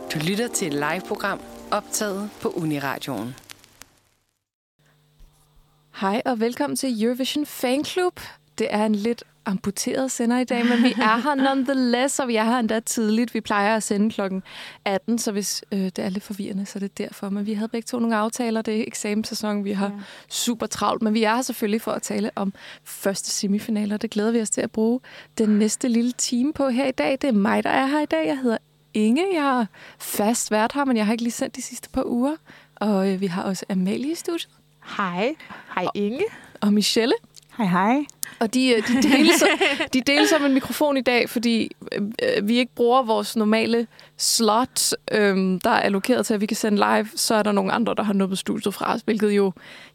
Du lytter til et live-program optaget på Uniradioen. Hej og velkommen til Eurovision Fanklub. Det er en lidt amputeret sender i dag, men vi er her nonetheless, og vi er her endda tidligt. Vi plejer at sende klokken 18, så hvis det er lidt forvirrende, så er det derfor. Men vi havde begge to nogle aftaler. Det er eksamenssæson, vi har super travlt. Men vi er her selvfølgelig for at tale om første semifinaler. Det glæder vi os til at bruge den næste lille time på her i dag. Det er mig, der er her i dag. Jeg hedder Inge. Jeg har fast været her, men jeg har ikke lige sendt de sidste par uger. Og vi har også Amalie i studiet. Hej. Hej Inge. Og Michelle. Hej, hej. Og de deles om en mikrofon i dag, fordi vi ikke bruger vores normale slot, der er allokeret til, at vi kan sende live. Så er der nogle andre, der har nubbet studiet fra os, hvilket jo,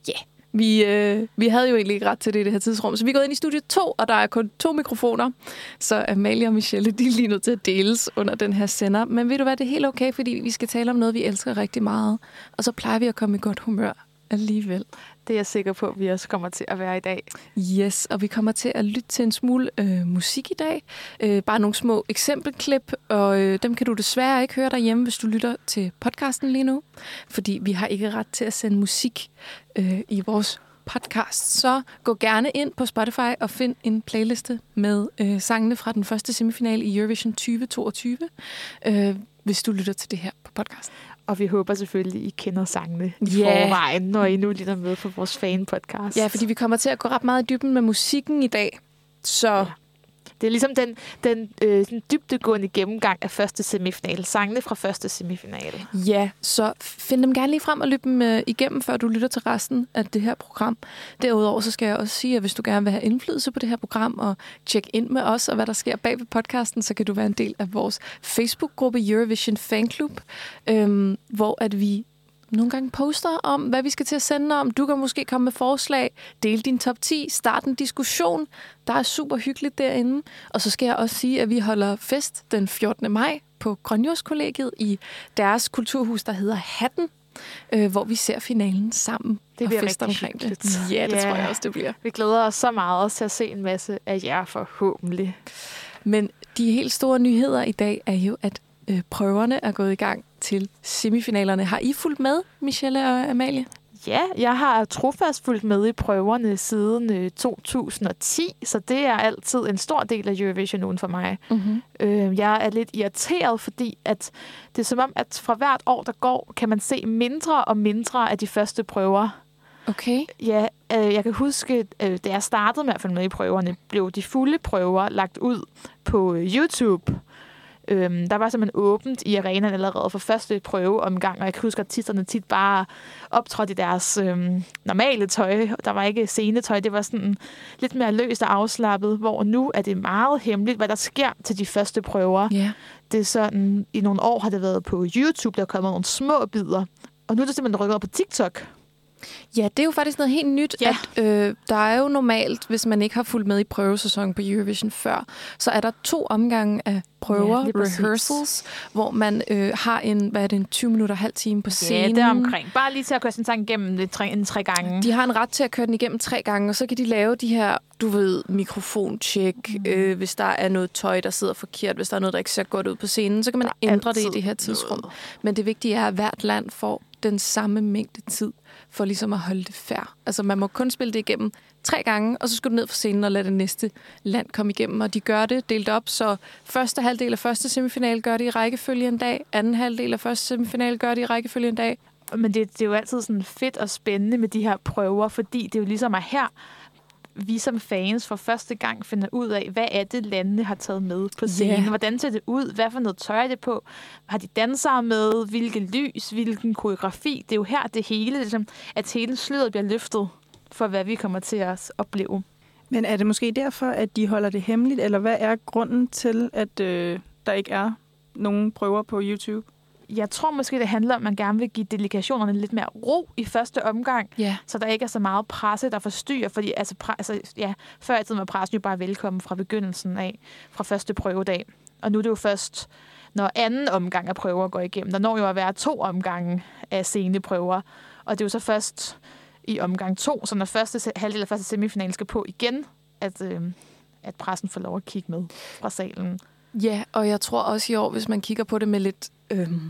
vi havde jo egentlig ikke ret til det i det her tidsrum. Så vi er gået ind i studie 2, og der er kun 2 mikrofoner. Så Amalie og Michelle, de er lige nødt til at deles under den her sender. Men ved du hvad, det er helt okay, fordi vi skal tale om noget, vi elsker rigtig meget. Og så plejer vi at komme i godt humør alligevel. Det er jeg sikker på, at vi også kommer til at være i dag. Yes, og vi kommer til at lytte til en smule musik i dag. Bare nogle små eksempelklip, og dem kan du desværre ikke høre derhjemme, hvis du lytter til podcasten lige nu. Fordi vi har ikke ret til at sende musik i vores podcast. Så gå gerne ind på Spotify og find en playliste med sangene fra den første semifinale i Eurovision 2022, hvis du lytter til det her på podcasten. Og vi håber selvfølgelig, I kender sangene i forvejen, når I nu lytter med på vores fan-podcast. Ja, fordi vi kommer til at gå ret meget i dybden med musikken i dag. Så det er ligesom den dybdegående gennemgang af første semifinale. Sangene fra første semifinale. Ja, så find dem gerne lige frem og løb dem igennem, før du lytter til resten af det her program. Derudover så skal jeg også sige, at hvis du gerne vil have indflydelse på det her program og tjekke ind med os og hvad der sker bag ved podcasten, så kan du være en del af vores Facebook-gruppe Eurovision Fanklub, hvor at vi nogle gange poster om, hvad vi skal til at sende om. Du kan måske komme med forslag, dele din top 10, starte en diskussion. Der er super hyggeligt derinde. Og så skal jeg også sige, at vi holder fest den 14. maj på Grønjordskollegiet i deres kulturhus, der hedder Hatten, hvor vi ser finalen sammen. Det bliver rigtig omkring hyggeligt. Det. Ja, det tror jeg også, det bliver. Vi glæder os så meget til at se en masse af jer forhåbentlig. Men de helt store nyheder i dag er jo, at prøverne er gået i gang til semifinalerne. Har I fulgt med, Michelle og Amalie? Ja, jeg har trofast fulgt med i prøverne siden 2010, så det er altid en stor del af Eurovision for mig. Mm-hmm. Jeg er lidt irriteret, fordi at det er som om, at fra hvert år, der går, kan man se mindre og mindre af de første prøver. Okay. Ja, jeg kan huske, da jeg startede med at følge med i prøverne, blev de fulde prøver lagt ud på YouTube. Der var simpelthen åbent i arenaen allerede for første prøveomgang, og jeg kan huske, at artisterne tit bare optrådte i deres normale tøj. Der var ikke scenetøj, det var sådan lidt mere løst og afslappet, hvor nu er det meget hemmeligt, hvad der sker til de første prøver. Yeah. Det er sådan, i nogle år har det været på YouTube, der er kommet nogle små bidder, og nu er det simpelthen rykket op på TikTok. Ja, det er jo faktisk noget helt nyt, at der er jo normalt, hvis man ikke har fulgt med i prøvesæsonen på Eurovision før, så er der 2 omgange af prøver, rehearsals, hvor man har en 20 minutter, halv time på scenen. Ja, det er omkring. Bare lige til at køre sin sang igennem 3 gange. De har en ret til at køre den igennem 3 gange, og så kan de lave de her, du ved, mikrofontjek, hvis der er noget tøj, der sidder forkert, hvis der er noget, der ikke ser godt ud på scenen, så kan man ændre det i det her tidsrum. Men det vigtige er, at hvert land får den samme mængde tid for ligesom at holde det fair. Altså man må kun spille det igennem 3 gange, og så skal du ned fra scenen og lade det næste land komme igennem. Og de gør det delt op, så første halvdel af første semifinal gør det i rækkefølge en dag, anden halvdel af første semifinal gør det i rækkefølge en dag. Men det er jo altid sådan fedt og spændende med de her prøver, fordi det er jo ligesom, at her vi som fans for første gang finder ud af, hvad er det, landene har taget med på scenen? Yeah. Hvordan ser det ud? Hvad for noget tøj er det på? Har de dansere med? Hvilke lys? Hvilken koreografi? Det er jo her det hele, ligesom, at hele sløret bliver løftet for, hvad vi kommer til at opleve. Men er det måske derfor, at de holder det hemmeligt, eller hvad er grunden til, at der ikke er nogen prøver på YouTube? Jeg tror måske, det handler om, at man gerne vil give delegationerne lidt mere ro i første omgang, så der ikke er så meget presse, der forstyrrer. Fordi før i tiden var pressen jo bare velkommen fra begyndelsen af, fra første prøvedag. Og nu er det jo først, når anden omgang af prøver går igennem. Der når jo at være 2 omgange af sceneprøver. Og det er jo så først i omgang 2, så når første halvdel af første semifinal skal på igen, at pressen får lov at kigge med fra salen. Ja, og jeg tror også i år, hvis man kigger på det med lidt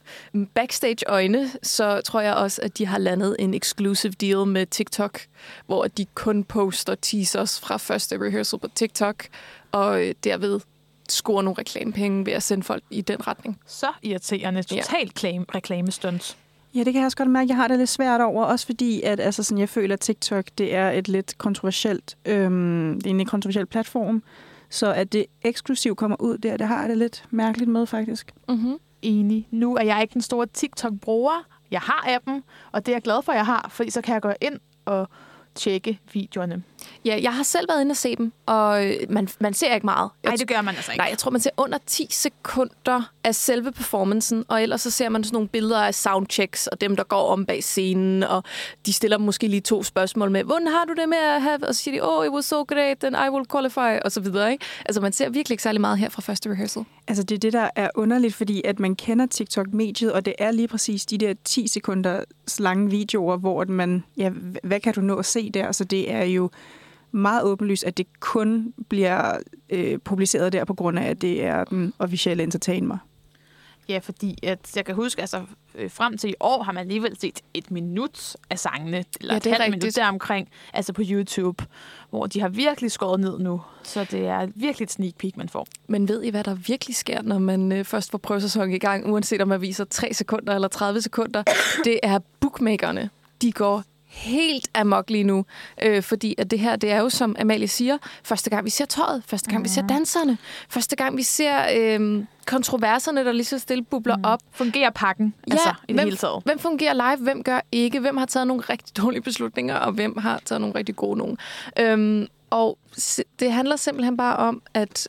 backstage-øjne, så tror jeg også, at de har landet en exclusive deal med TikTok, hvor de kun poster teasers fra første rehearsal på TikTok, og derved score nogle reklamepenge ved at sende folk i den retning. Så irriterende. Totalt reklamestunt. Ja, det kan jeg også godt mærke. Jeg har det lidt svært over, også fordi at, altså, sådan, jeg føler, at TikTok det er et lidt kontroversielt, det er en kontroversiel platform, så at det eksklusivt kommer ud der, det har jeg det lidt mærkeligt med, faktisk. Mm-hmm. Enig. Nu er jeg ikke den store TikTok-bruger. Jeg har appen, og det er jeg glad for, at jeg har, fordi så kan jeg gå ind og tjekke videoerne. Ja, jeg har selv været inde og se dem, og man ser ikke meget. Nej, det gør man altså ikke. Nej, jeg tror, man ser under 10 sekunder af selve performancen, og ellers så ser man sådan nogle billeder af soundchecks, og dem, der går om bag scenen, og de stiller måske lige 2 spørgsmål med, hvordan har du det med at have, og så siger de, it was so great, then I will qualify, og så videre, ikke? Altså, man ser virkelig ikke særlig meget her fra første rehearsal. Altså, det er det, der er underligt, fordi at man kender TikTok-mediet, og det er lige præcis de der 10 sekunders lange videoer, hvor man, ja, hvad kan du nå at se der? Altså, det er jo meget åbenlyst, at det kun bliver publiceret der på grund af, at det er den officielle entertainer. Ja, fordi at jeg kan huske, altså frem til i år har man alligevel set 1 minut af sangene, eller et halvt minut deromkring, altså på YouTube, hvor de har virkelig skåret ned nu. Så det er virkelig et sneak peek, man får. Men ved I, hvad der virkelig sker, når man først får prøvesæsonen i gang, uanset om man viser 3 sekunder eller 30 sekunder? Det er bookmakerne. De går helt amok lige nu, fordi at det her, det er jo, som Amalie siger, første gang vi ser tøjet, første gang vi ser danserne, første gang vi ser kontroverserne, der lige så stille bubler op. Fungerer pakken, ja, altså, i det hele taget? Hvem fungerer live, hvem gør ikke, hvem har taget nogle rigtig dårlige beslutninger, og hvem har taget nogle rigtig gode nogle. Og det handler simpelthen bare om, at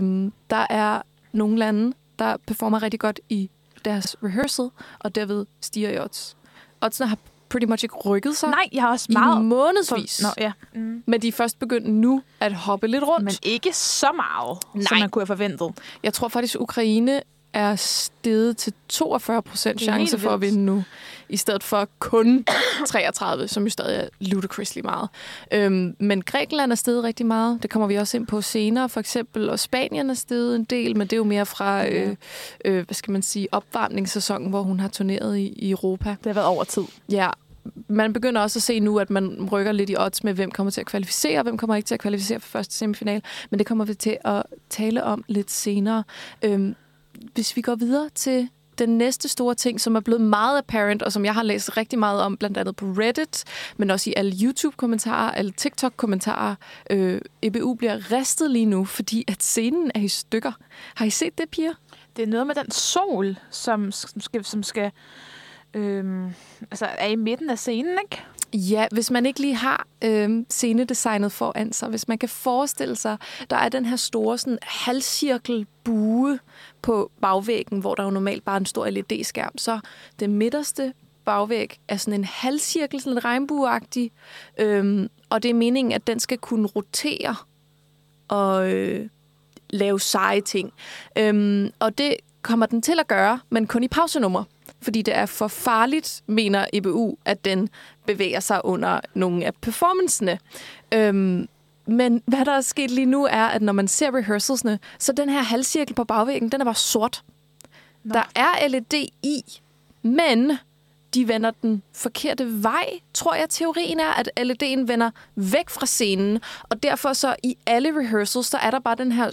der er nogle lande, der performer rigtig godt i deres rehearsal, og derved stiger i odds. Oddsene har pretty much ikke rykket sig. Nej, jeg har også meget i månedsvis. Men de er først begyndt nu at hoppe lidt rundt. Men ikke så meget, som man kunne have forventet. Jeg tror faktisk, Ukraine er steget til 42% chance for at vinde nu, i stedet for kun 33, som jo stadig er ludicrously meget. Men Grækenland er steget rigtig meget. Det kommer vi også ind på senere, for eksempel. Og Spanien er steget en del, men det er jo mere fra, hvad skal man sige, opvarmningssæsonen, hvor hun har turneret i Europa. Det har været over tid. Ja. Man begynder også at se nu, at man rykker lidt i odds med, hvem kommer til at kvalificere, og hvem kommer ikke til at kvalificere for første semifinal. Men det kommer vi til at tale om lidt senere. Hvis vi går videre til den næste store ting, som er blevet meget apparent, og som jeg har læst rigtig meget om, blandt andet på Reddit, men også i alle YouTube-kommentarer, alle TikTok-kommentarer. EBU bliver ristet lige nu, fordi at scenen er i stykker. Har I set det, piger? Det er noget med den sol, som skal altså er i midten af scenen, ikke? Ja, hvis man ikke lige har scenedesignet foran sig, hvis man kan forestille sig, der er den her store sådan, halvcirkelbue på bagvæggen, hvor der jo normalt bare er en stor LED-skærm, så den midterste bagvæg er sådan en halvcirkel, sådan en regnbueagtig, og det er meningen, at den skal kunne rotere og lave seje ting. Og det kommer den til at gøre, men kun i pausenummer. Fordi det er for farligt, mener EBU, at den bevæger sig under nogle af performancene. Men hvad der er sket lige nu, er, at når man ser rehearsalsene, så den her halvcirkel på bagvæggen, den er bare sort. Nå. Der er LED i, men de vender den forkerte vej, tror jeg. Teorien er, at LED'en vender væk fra scenen, og derfor så i alle rehearsals, så er der bare den her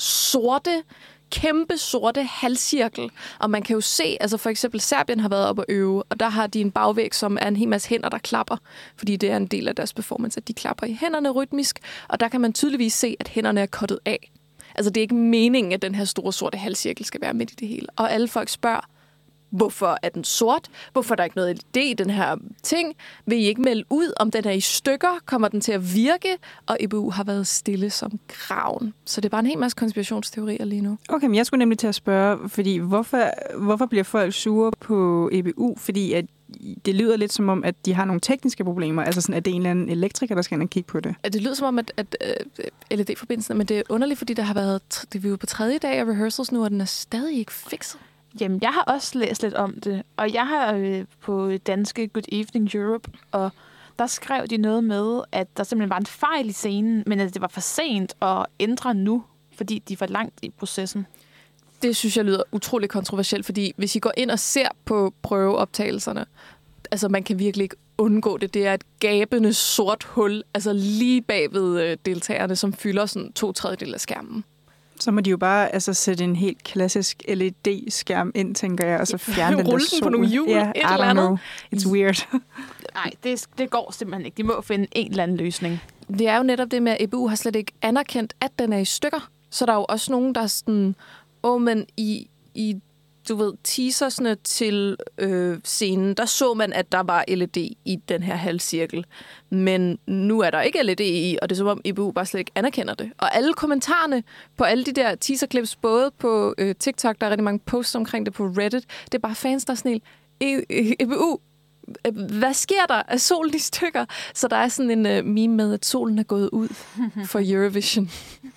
kæmpe sorte halvcirkel. Og man kan jo se, altså for eksempel Serbien har været oppe at øve, og der har de en bagvæg, som er en hel masse hænder, der klapper, fordi det er en del af deres performance, at de klapper i hænderne rytmisk, og der kan man tydeligvis se, at hænderne er cuttet af. Altså det er ikke meningen, at den her store sorte halvcirkel skal være midt i det hele. Og alle folk spørger, hvorfor er den sort? Hvorfor er der ikke noget LED i den her ting? Vil I ikke melde ud, om den er i stykker? Kommer den til at virke? Og EBU har været stille som graven. Så det er bare en hel masse konspirationsteorier lige nu. Okay, men jeg skulle nemlig til at spørge, fordi hvorfor bliver folk sure på EBU? Fordi at det lyder lidt som om, at de har nogle tekniske problemer. Altså sådan, at det er en eller anden elektriker, der skal ind og kigge på det. Det lyder som om, at LED-forbindelsen, men det er underligt, fordi der har været, det er jo på 3. dag af rehearsals nu, og den er stadig ikke fikset. Jamen, jeg har også læst lidt om det, og jeg har på danske Good Evening Europe, og der skrev de noget med, at der simpelthen var en fejl i scenen, men at det var for sent at ændre nu, fordi de var langt i processen. Det synes jeg lyder utrolig kontroversielt, fordi hvis I går ind og ser på prøveoptagelserne, altså man kan virkelig ikke undgå det. Det er et gabende sort hul, altså lige bag ved deltagerne, som fylder sådan 2/3 af skærmen. Så må de jo bare sætte en helt klassisk LED-skærm ind, tænker jeg, og så fjerne den der rulle den på nogle hjul, et eller andet. It's weird. Nej, det går simpelthen ikke. De må finde en eller anden løsning. Det er jo netop det med, at EBU har slet ikke anerkendt, at den er i stykker. Så der er jo også nogen, der er sådan, men i du ved, teasersne til scenen, der så man, at der var LED i den her halvcirkel. Men nu er der ikke LED i, og det er som om EBU bare slet ikke anerkender det. Og alle kommentarerne på alle de der teaserclips, både på TikTok, der er rigtig mange posts omkring det på Reddit, det er bare fans, der er sådan helt, EBU, hvad sker der? Er solen i stykker? Så der er sådan en meme med, at solen er gået ud for Eurovision.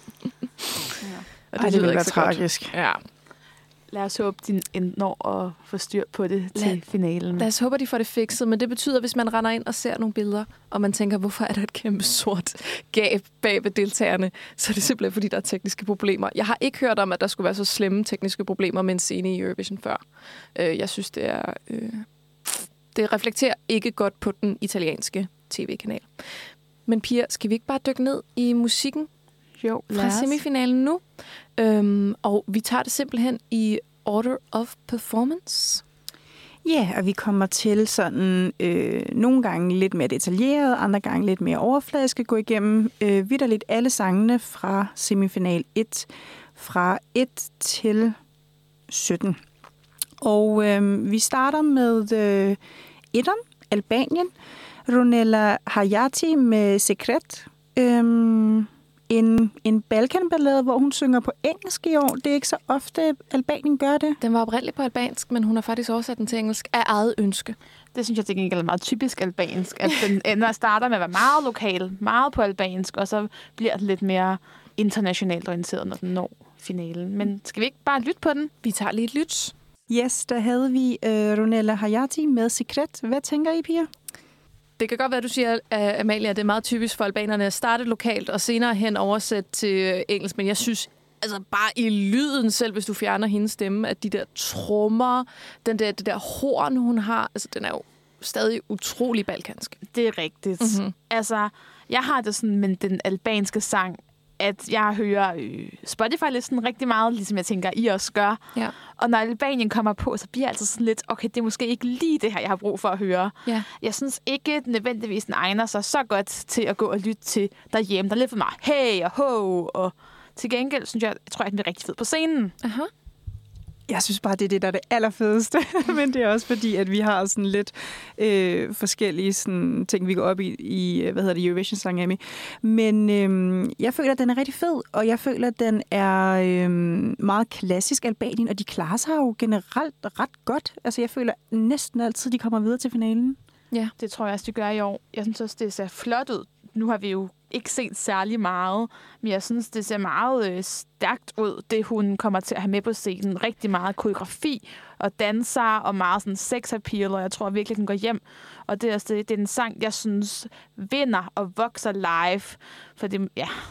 Og det vil være tragisk. Ja. Lad os håbe, de når at få styr på det til finalen. Lad os håbe, de får det fikset, men det betyder, hvis man render ind og ser nogle billeder, og man tænker, hvorfor er der et kæmpe sort gab bag ved deltagerne, så er det simpelthen, fordi der er tekniske problemer. Jeg har ikke hørt om, at der skulle være så slemme tekniske problemer med en scene i Eurovision før. Jeg synes, det reflekterer ikke godt på den italienske tv-kanal. Men Pia, skal vi ikke bare dykke ned i musikken? Jo, fra semifinalen nu. Og vi tager det simpelthen i order of performance. Ja, og vi kommer til sådan nogle gange lidt mere detaljeret, andre gange lidt mere overfladisk at gå igennem vitterligt alle sangene fra semifinal 1, fra 1 til 17. Og vi starter med etteren, Albanien, Ronella Hayati med Secret. En Balkan-ballade, hvor hun synger på engelsk i år. Det er ikke så ofte, Albanien gør det. Den var oprindeligt på albansk, men hun har faktisk oversat den til engelsk af eget ønske. Det synes jeg til gengæld er meget typisk albansk. At den ender starter med at være meget lokal, meget på albansk, og så bliver det lidt mere internationalt orienteret, når den når finalen. Men skal vi ikke bare lytte på den? Vi tager lige et lyt. Yes, der havde vi Ronella Hayati med Secret. Hvad tænker I, Pia? Det kan godt være, du siger, Amalie, at det er meget typisk for albanerne at starte lokalt og senere hen oversætte til engelsk, men jeg synes altså bare i lyden selv, hvis du fjerner hendes stemme, at de der trommer, det der horn, hun har, altså den er jo stadig utrolig balkansk. Det er rigtigt. Mm-hmm. Altså, jeg har det sådan med den albanske sang, at jeg hører Spotify-listen rigtig meget, ligesom jeg tænker, I også gør. Ja. Og når Albanien kommer på, så bliver jeg altså sådan lidt, okay, det er måske ikke lige det her, jeg har brug for at høre. Ja. Jeg synes ikke nødvendigvis, den egner sig så godt til at gå og lytte til derhjemme. Der er lidt for meget hey og ho, og til gengæld synes jeg tror, at den er rigtig fed på scenen. Aha. Jeg synes bare, det er det, der er det allerfedeste. Men det er også fordi, at vi har sådan lidt forskellige sådan, ting, vi går op i Eurovision Song Emmy. Men jeg føler, at den er rigtig fed, og jeg føler, at den er meget klassisk Albanien, og de klarer sig jo generelt ret godt. Altså, jeg føler næsten altid, de kommer videre til finalen. Ja, det tror jeg også, de gør i år. Jeg synes også, det ser flot ud. Nu har vi jo ikke set særlig meget, men jeg synes, det ser meget stærkt ud, det hun kommer til at have med på scenen. Rigtig meget koreografi og danser og meget sådan sex-appeal, og jeg tror virkelig, den går hjem. Og det er en sang, jeg synes vinder og vokser live, for det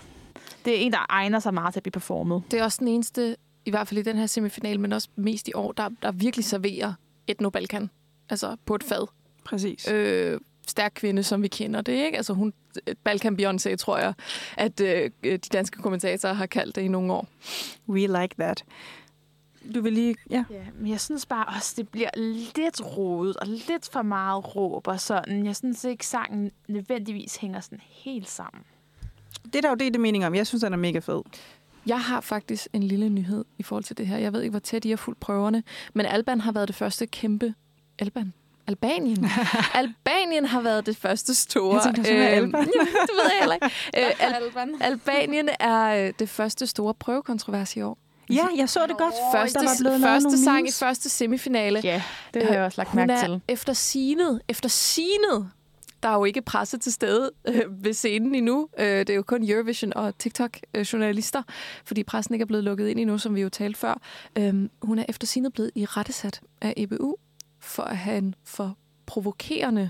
er en, der egner sig meget til at blive performet. Det er også den eneste, i hvert fald i den her semifinal, men også mest i år, der virkelig serverer Etno-Balkan, altså på et fad. Præcis. Stærk kvinde, som vi kender det, ikke? Altså hun, Balkan Beyoncé, tror jeg, at de danske kommentatorer har kaldt det i nogle år. We like that. Du vil lige... Ja, men jeg synes bare også, det bliver lidt rodet og lidt for meget råb og sådan. Jeg synes ikke, sangen nødvendigvis hænger sådan helt sammen. Det er der jo det mening om. Jeg synes, den er mega fed. Jeg har faktisk en lille nyhed i forhold til det her. Jeg ved ikke, hvor tæt I har fulgt prøverne, men Alban har været det første kæmpe... Albanien har været det første store... Jeg tænkte, Alban. Det ved jeg heller ikke. Albanien er det første store prøvekontrovers i år. Ja, jeg så det godt. Første sang i første semifinale. Ja, det har jeg også lagt mærke til. Efter signet, der er jo ikke presse til stede ved scenen endnu. Det er jo kun Eurovision og TikTok-journalister, fordi pressen ikke er blevet lukket ind endnu, som vi jo talte før. Hun er efter signet blevet irettesat af EBU for at have en for provokerende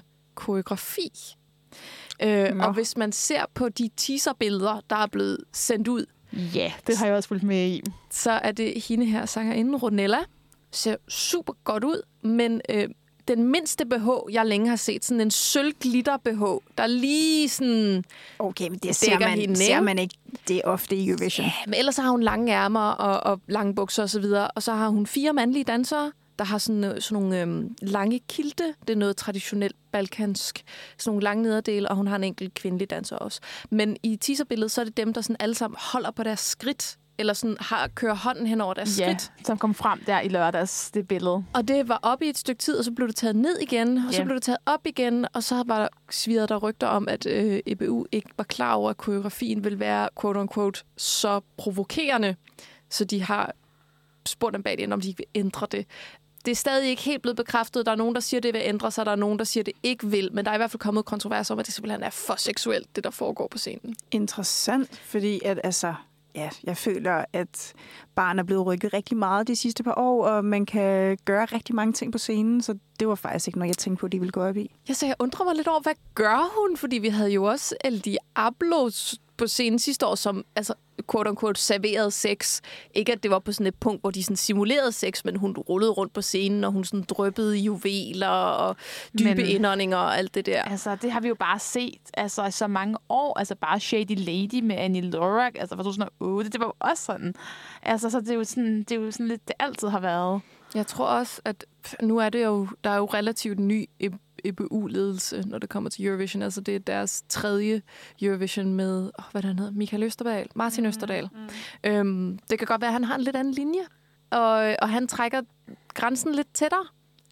koreografi. Og hvis man ser på de teaserbilleder, der er blevet sendt ud, Ja, det har jeg også fulgt med i. Så er det hende her, sangerinden Ronella. Ser super godt ud, men den mindste BH, jeg længe har set, sådan en sølvglitter BH, der lige sådan... Okay, men det ser man ikke. Det er ofte i Eurovision. Ja, men ellers har hun lange ærmer og lange bukser osv., og så har hun 4 mandlige dansere, der har sådan nogle lange kilte. Det er noget traditionelt balkansk. Sådan nogle lange nederdele, og hun har en enkelt kvindelig danser også. Men i teaserbilledet, så er det dem, der sådan alle sammen holder på deres skridt, eller sådan kører hånden hen over deres skridt. Som kom frem der i lørdags, det billede. Og det var oppe i et stykke tid, og så blev det taget ned igen, og så blev det taget op igen, og så var der svirret der rygter om, at EBU ikke var klar over, at koreografien ville være, quote-unquote, så provokerende, så de har spurgt dem bag det, om de ikke vil ændre det. Det er stadig ikke helt blevet bekræftet. Der er nogen, der siger, at det vil ændre sig. Der er nogen, der siger, at det ikke vil. Men der er i hvert fald kommet kontroverser om, at det simpelthen er for seksuelt, det der foregår på scenen. Interessant, fordi at jeg føler, at barn er blevet rykket rigtig meget de sidste par år, og man kan gøre rigtig mange ting på scenen, så det var faktisk ikke noget, jeg tænkte på, at de ville gå op i. Ja, så jeg undrer mig lidt over, hvad gør hun? Fordi vi havde jo også El Diablo på scenen sidste år, som altså quote-unquote serverede sex. Ikke at det var på sådan et punkt, hvor de sådan simulerede sex, men hun rullede rundt på scenen, og hun sådan dryppede juveler og dybe indåndinger og alt det der. Altså, det har vi jo bare set altså, i så mange år. Altså, bare Shady Lady med Annie Lorak, altså fra 2008. Det var jo også sådan. Altså, så det er jo sådan lidt, det altid har været. Jeg tror også, at nu er det jo, der er jo relativt ny EBU-ledelse, når det kommer til Eurovision. Altså, det er deres 3. Eurovision med, hvad der hedder, Michael Østerdahl, Martin Østerdahl. Det kan godt være, at han har en lidt anden linje, og han trækker grænsen lidt tættere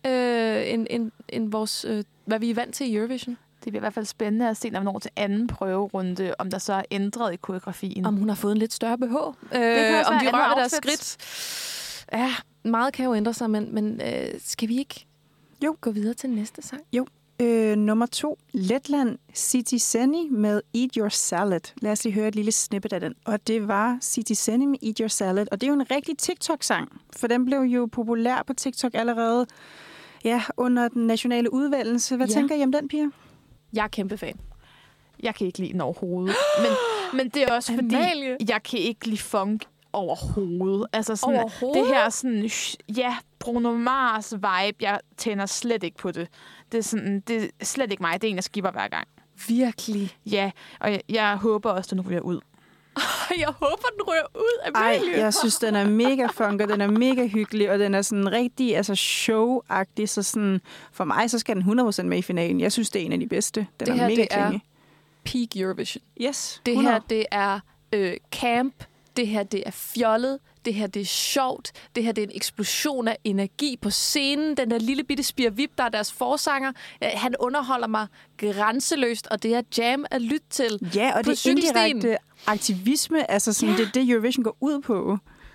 end vores, hvad vi er vant til i Eurovision. Det bliver i hvert fald spændende at se, når vi når til anden prøverunde, om der så er ændret i koreografien. Om hun har fået en lidt større BH. Om de rører ved deres skridt. Ja, meget kan jo ændre sig, men skal vi ikke gå videre til næste sang? Jo. Nummer 2. Letland Sitiseni med Eat Your Salad. Lad os lige høre et lille snippet af den. Og det var Sitiseni med Eat Your Salad. Og det er jo en rigtig TikTok-sang, for den blev jo populær på TikTok allerede under den nationale udvælgelse. Hvad tænker I om den, Pia? Jeg er kæmpe fan. Jeg kan ikke lide den overhovedet. Men det er også fordi, jeg kan ikke lide funk overhovedet. Altså sådan, det her sådan, Bruno Mars vibe, jeg tænder slet ikke på det. Det er, sådan, det er slet ikke mig. Det er en, jeg skipper hver gang. Virkelig? Ja, og jeg håber også, at den ryger ud. Jeg håber, den ryger ud af Emilie. Jeg synes, den er mega funk, og den er mega hyggelig, og den er sådan rigtig show-agtig. Så sådan, for mig, så skal den 100% med i finalen. Jeg synes, det er en af de bedste. Den det er her, mega det klinge. Er peak Eurovision. Yes, det her, det er camp. Det her, det er fjollet. Det her, det er sjovt. Det her, det er en eksplosion af energi på scenen. Den der lille bitte spirvip, der er deres forsanger. Han underholder mig grænseløst, og det er jam at lytte til. Ja, og det er indirekte aktivisme. Altså, sådan, det Eurovision går ud på.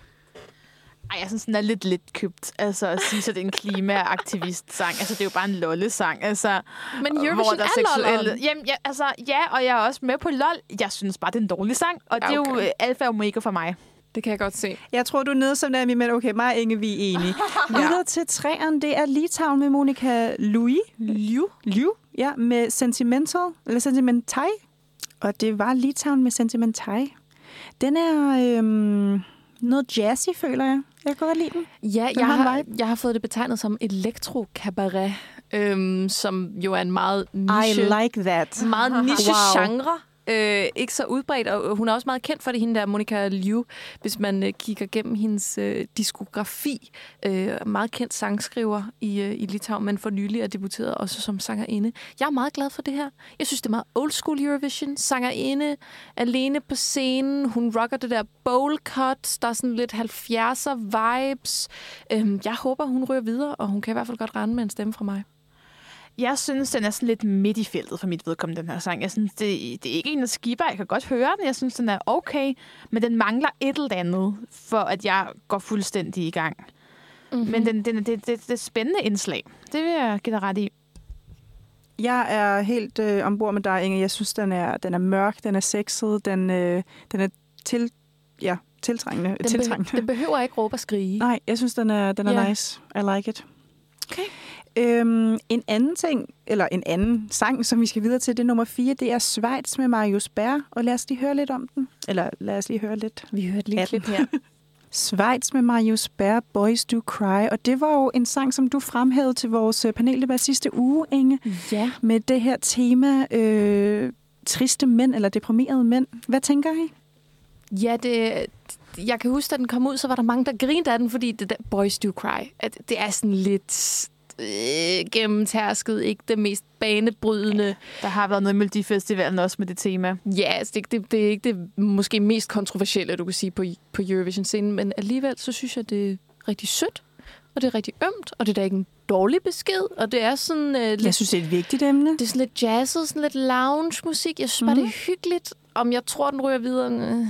Ej, jeg synes, den er lidt købt. Altså, at sige, så det er en klimaaktivist-sang. Altså, det er jo bare en lolle-sang. Altså, men Eurovision er lollen. Jamen, og jeg er også med på lol. Jeg synes bare, det er en dårlig sang. Og det er jo alfa og omega for mig. Det kan jeg godt se. Jeg tror, du er nede som der, men okay, mig og Inge, vi er enige. Videre til 3'eren, det er Litauen med Monica Liu, med Sentimentai. Og det var Litauen med Sentimentai. Den er noget jazzy, føler jeg. Jeg kan godt lide den. Ja, jeg har fået det betegnet som elektro-cabaret, som jo er en meget niche... I like that. Meget niche-genre. Ikke så udbredt, og hun er også meget kendt for det, hende der Monica Liu, hvis man kigger gennem hendes diskografi. Meget kendt sangskriver i Litauen, men for nylig er debuteret også som sangerinde. Jeg er meget glad for det her. Jeg synes, det er meget old school Eurovision. Sangerinde, alene på scenen. Hun rocker det der bowl cut. Der er sådan lidt 70'er vibes. Jeg håber, hun ryger videre, og hun kan i hvert fald godt rende med en stemme fra mig. Jeg synes, den er sådan lidt midt i feltet for mit vedkommende, den her sang. Jeg synes, det er ikke en, der skipper. Jeg kan godt høre den. Jeg synes, den er okay. Men den mangler et eller andet, for at jeg går fuldstændig i gang. Mm-hmm. Men det er spændende indslag. Det vil jeg give dig ret i. Jeg er helt ombord med dig, Inge. Jeg synes, den er mørk, den er sexet, den er tiltrængende. Den behøver ikke råbe og skrige. Nej, jeg synes, den er nice. I like it. Okay. En anden ting, eller en anden sang, som vi skal videre til, det er nummer 4, det er Schweiz med Marius Bjerre. Og lad os lige høre lidt om den. Eller lad os lige høre lidt. Vi hørte lige et klip her. Schweiz med Marius Bjerre, Boys Do Cry. Og det var jo en sang, som du fremhævede til vores paneldebat sidste uge, Inge. Ja. Med det her tema, triste mænd eller deprimerede mænd. Hvad tænker I? Ja, jeg kan huske, da den kom ud, så var der mange, der grinede af den, fordi det der Boys Do Cry, at det er sådan lidt gennemtærsket, ikke det mest banebrydende. Der har været noget i Melodifestivalen også med det tema. Ja, altså det er ikke det måske mest kontroversielle, du kan sige, på Eurovision-scenen, men alligevel så synes jeg, det er rigtig sødt, og det er rigtig ømt, og det er da ikke en dårlig besked, og det er sådan lidt... Jeg synes, det er et vigtigt emne. Det er sådan lidt jazzet, sådan lidt lounge-musik. Jeg synes bare, det er hyggeligt. Om jeg tror, den ryger videre...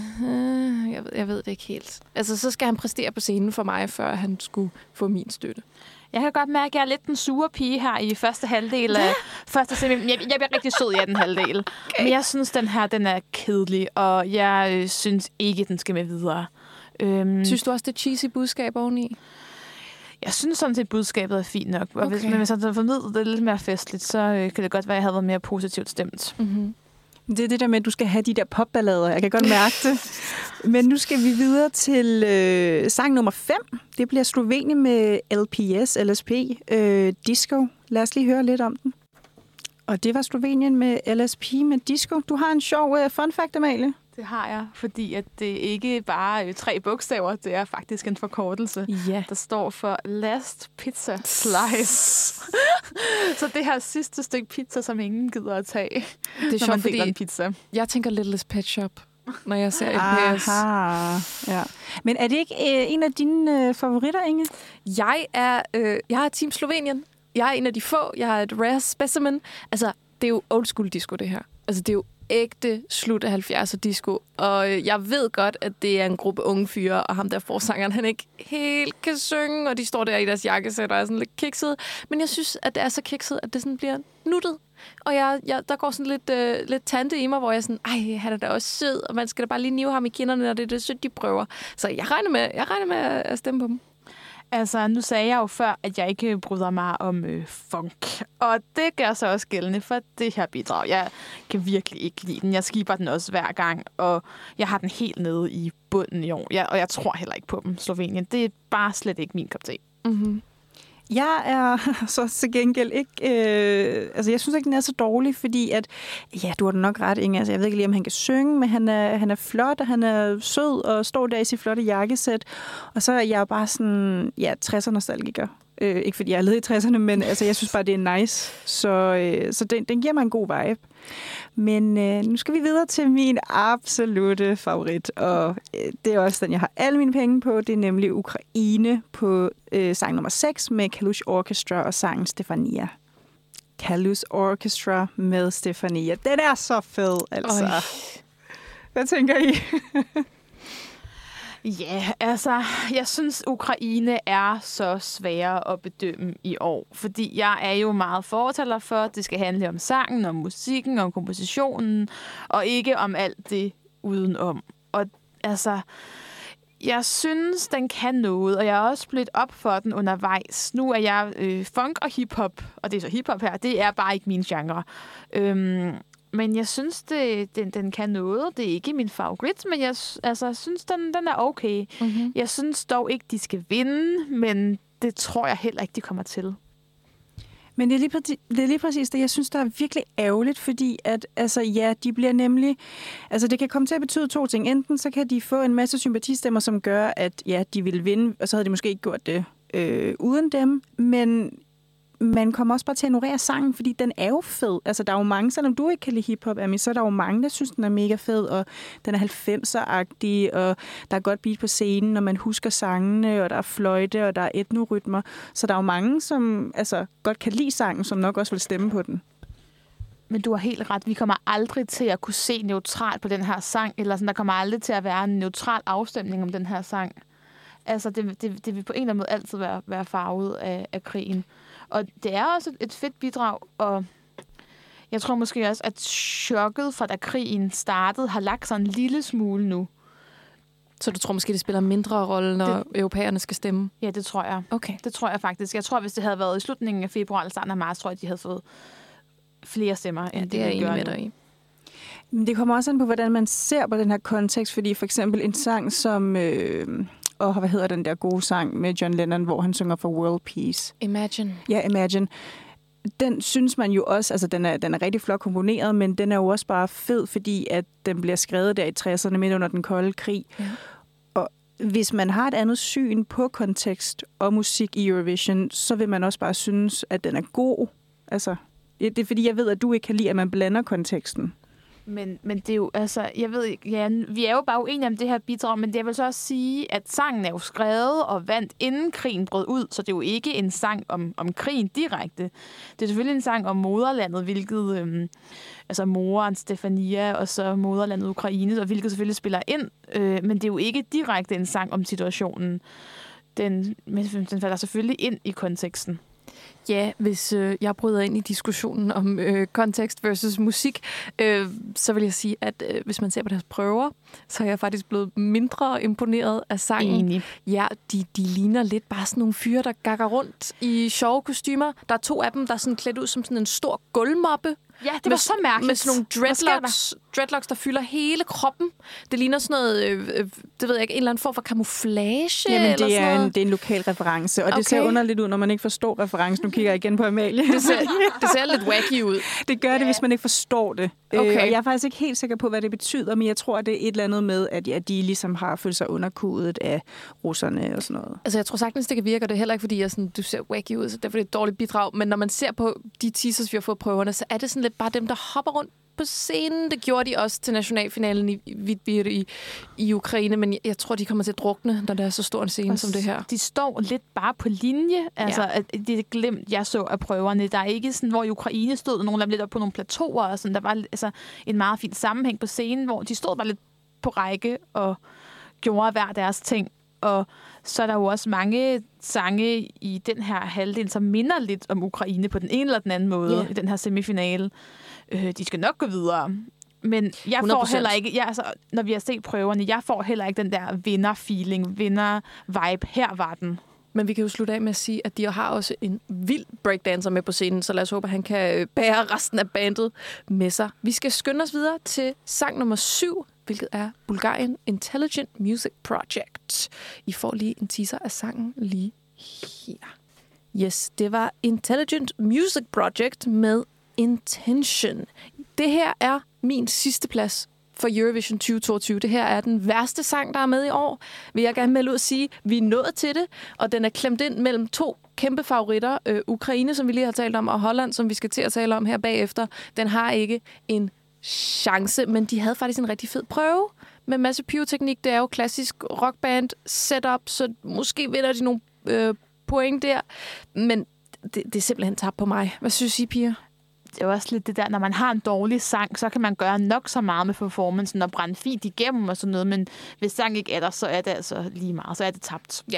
Jeg ved det ikke helt. Altså, så skal han præstere på scenen for mig, før han skulle få min støtte. Jeg kan godt mærke, at jeg er lidt den sure pige her i første halvdel af første semifinal. Jeg bliver rigtig sød i den halvdel. Okay. Men jeg synes, den er kedelig, og jeg synes ikke, den skal med videre. Synes du også, det er cheesy budskab oveni? Jeg synes sådan set, budskabet er fint nok. Og hvis man havde formidlet det lidt mere festligt, så kan det godt være, at jeg havde været mere positivt stemt. Mm-hmm. Det er det der med, at du skal have de der popballader. Jeg kan godt mærke det. Men nu skal vi videre til sang nummer 5. Det bliver Slovenien med LSP, Disco. Lad os lige høre lidt om den. Og det var Slovenien med LSP med Disco. Du har en sjov fun fact, Amalie. Det har jeg, fordi at det ikke bare 3 bogstaver, det er faktisk en forkortelse, der står for Last Pizza Slice. Så det her sidste stykke pizza, som ingen gider at tage, det er sjovt, fordi en pizza. Jeg tænker Littlest Pet Shop, når jeg ser LPS. Ja. Men er det ikke en af dine favoritter, Inge? Jeg er Team Slovenien. Jeg er en af de få. Jeg er et rare specimen. Altså, det er jo old school disco, det her. Altså, det er jo ægte slut af 70'er disco. Og jeg ved godt, at det er en gruppe unge fyre, og ham der forsangeren, han ikke helt kan synge, og de står der i deres jakkesæt og er sådan lidt kikset. Men jeg synes, at det er så kikset, at det sådan bliver nuttet. Og der går sådan lidt tante i mig, hvor jeg sådan, ej, han er da også sød, og man skal da bare lige nive ham i kinderne, når det er det sødt, de prøver. Så jeg regner med at stemme på dem. Altså, nu sagde jeg jo før, at jeg ikke bryder mig om funk. Og det gør så også gældende for det her bidrag. Jeg kan virkelig ikke lide den. Jeg skipper den også hver gang, og jeg har den helt nede i bunden i år. Og jeg tror heller ikke på dem, Slovenien. Det er bare slet ikke min kop te. Mm-hmm. Jeg er så til gengæld ikke... altså, jeg synes ikke, den er så dårlig, fordi at... Ja, du har den nok ret, Inge. Altså, jeg ved ikke lige, om han kan synge, men han er flot, og han er sød, og står der i sit flotte jakkesæt. Og så er jeg bare sådan... Ja, 60'er-nostalgiker. Ikke fordi jeg er ledet i 60'erne, men altså, jeg synes bare, det er nice. Så den giver mig en god vibe. Men nu skal vi videre til min absolute favorit, og det er også den, jeg har alle mine penge på. Det er nemlig Ukraine på sang nummer 6 med Kalush Orchestra og sangen Stefania. Kalush Orchestra med Stefania. Den er så fed, altså. Øj. Hvad tænker I? Ja, altså, jeg synes, Ukraine er så svære at bedømme i år. Fordi jeg er jo meget fortaler for, at det skal handle om sangen, om musikken, om kompositionen, og ikke om alt det udenom. Og altså, jeg synes, den kan noget, og jeg er også blevet op for den undervejs. Nu er jeg funk og hiphop, og det er så hiphop her, det er bare ikke min genre. Men jeg synes, den kan noget. Det er ikke min favorit, men jeg synes, den er okay. Mm-hmm. Jeg synes dog ikke, de skal vinde, men det tror jeg heller ikke, de kommer til. Men det er lige præcis det, jeg synes, der er virkelig ærgerligt, fordi at, altså, ja, de bliver nemlig... Altså, det kan komme til at betyde 2 ting. Enten så kan de få en masse sympatistemmer, som gør, at ja, de vil vinde, og så havde de måske ikke gjort det uden dem, men... Man kommer også bare til at ignorere sangen, fordi den er jo fed. Altså, der er jo mange, selvom du ikke kan lide hiphop, Ami, så er der jo mange, der synes, den er mega fed, og den er 90'er-agtig, og der er godt beat på scenen, når man husker sangene, og der er fløjte, og der er etnorytmer. Så der er jo mange, som altså, godt kan lide sangen, som nok også vil stemme på den. Men du har helt ret. Vi kommer aldrig til at kunne se neutralt på den her sang, eller sådan, der kommer aldrig til at være en neutral afstemning om den her sang. Altså, det vil på en eller anden måde altid være farvet af krigen. Og det er også et fedt bidrag, og jeg tror måske også, at chokket fra da krigen startede, har lagt sig en lille smule nu. Så du tror måske, det spiller mindre rolle, når europæerne skal stemme? Ja, det tror jeg. Okay. Det tror jeg faktisk. Jeg tror, hvis det havde været i slutningen af februar eller starten af marts, tror jeg, de havde fået flere stemmer, end det er jeg enig med dig i. Men det kommer også an på, hvordan man ser på den her kontekst, fordi for eksempel en sang som... hvad hedder den der gode sang med John Lennon, hvor han synger for World Peace? Imagine. Ja, Imagine. Den synes man jo også, altså den er rigtig flot komponeret, men den er jo også bare fed, fordi at den bliver skrevet der i 60'erne midt under den kolde krig. Ja. Og hvis man har et andet syn på kontekst og musik i Eurovision, så vil man også bare synes, at den er god. Altså, det er fordi, jeg ved, at du ikke kan lide, at man blander konteksten. Men det er jo, altså, jeg ved ikke, ja, vi er jo bare uenige om det her bidrag, men det vil så også sige, at sangen er jo skrevet og vandt inden krigen brød ud, så det er jo ikke en sang om krigen direkte. Det er selvfølgelig en sang om moderlandet, hvilket, altså moren Stefania og så moderlandet Ukraine, og hvilket selvfølgelig spiller ind, men det er jo ikke direkte en sang om situationen. Den falder selvfølgelig ind i konteksten. Ja, hvis jeg bryder ind i diskussionen om kontekst versus musik, så vil jeg sige, at hvis man ser på deres prøver, så er jeg faktisk blevet mindre imponeret af sangen. Enig. Ja, de ligner lidt bare sådan nogle fyre, der gakker rundt i sjove kostymer. Der er 2 af dem, der er sådan klædt ud som sådan en stor gulvmoppe. Ja, det var så mærkeligt. Med sådan nogle dreadlocks, der fylder hele kroppen. Det ligner sådan noget, det ved jeg ikke, en eller anden form for camouflage. Jamen, eller det sådan noget. Det er en lokal reference, og det ser underligt ud, når man ikke forstår referencen. Nu kigger jeg igen på Amalie. Det ser lidt wacky ud. Det gør det, hvis man ikke forstår det. Okay. Og jeg er faktisk ikke helt sikker på, hvad det betyder, men jeg tror, det er et eller andet med, at de ligesom har følt sig underkudet af russerne og sådan noget. Altså, jeg tror sagtens, det kan virke, og det er heller ikke, fordi du ser wacky ud, så derfor er det et dårligt bidrag. Men når man ser på de teasers, vi har fået prøverne, så er det sådan lidt bare dem, der hopper rundt på scenen. Det gjorde de også til nationalfinalen i Vidbir i Ukraine, men jeg tror, de kommer til at drukne, når der er så stor en scene som det her. De står lidt bare på linje. Altså, at det er glemt, jeg så af prøverne. Der er ikke sådan, hvor i Ukraine stod nogle af dem lidt op på nogle plateauer, og sådan. Der var altså en meget fin sammenhæng på scenen, hvor de stod bare lidt på række og gjorde hver deres ting. Og så er der jo også mange sange i den her halvdel, som minder lidt om Ukraine på den ene eller den anden måde i den her semifinale. De skal nok gå videre. Men jeg 100%. Får heller ikke, når vi har set prøverne, jeg får heller ikke den der vinder-feeling, vinder-vibe. Her var den. Men vi kan jo slutte af med at sige, at de har også en vild breakdancer med på scenen, så lad os håbe, at han kan bære resten af bandet med sig. Vi skal skynde os videre til sang nummer 7, hvilket er Bulgarien Intelligent Music Project. I får lige en teaser af sangen lige her. Yes, det var Intelligent Music Project med Intention. Det her er min sidste plads for Eurovision 2022. Det her er den værste sang, der er med i år. Vil jeg gerne melde ud og sige, vi er nået til det, og den er klemt ind mellem 2 kæmpe favoritter. Ukraine, som vi lige har talt om, og Holland, som vi skal til at tale om her bagefter. Den har ikke en chance, men de havde faktisk en rigtig fed prøve med masse pyroteknik. Det er jo klassisk rockband setup, så måske vinder de nogle point der, men det er simpelthen tabt på mig. Hvad synes I, piger? Det er også lidt det der, når man har en dårlig sang, så kan man gøre nok så meget med performancen og brænde fint igennem og sådan noget, men hvis sang ikke er der, så er det altså lige meget, så er det tabt. Ja.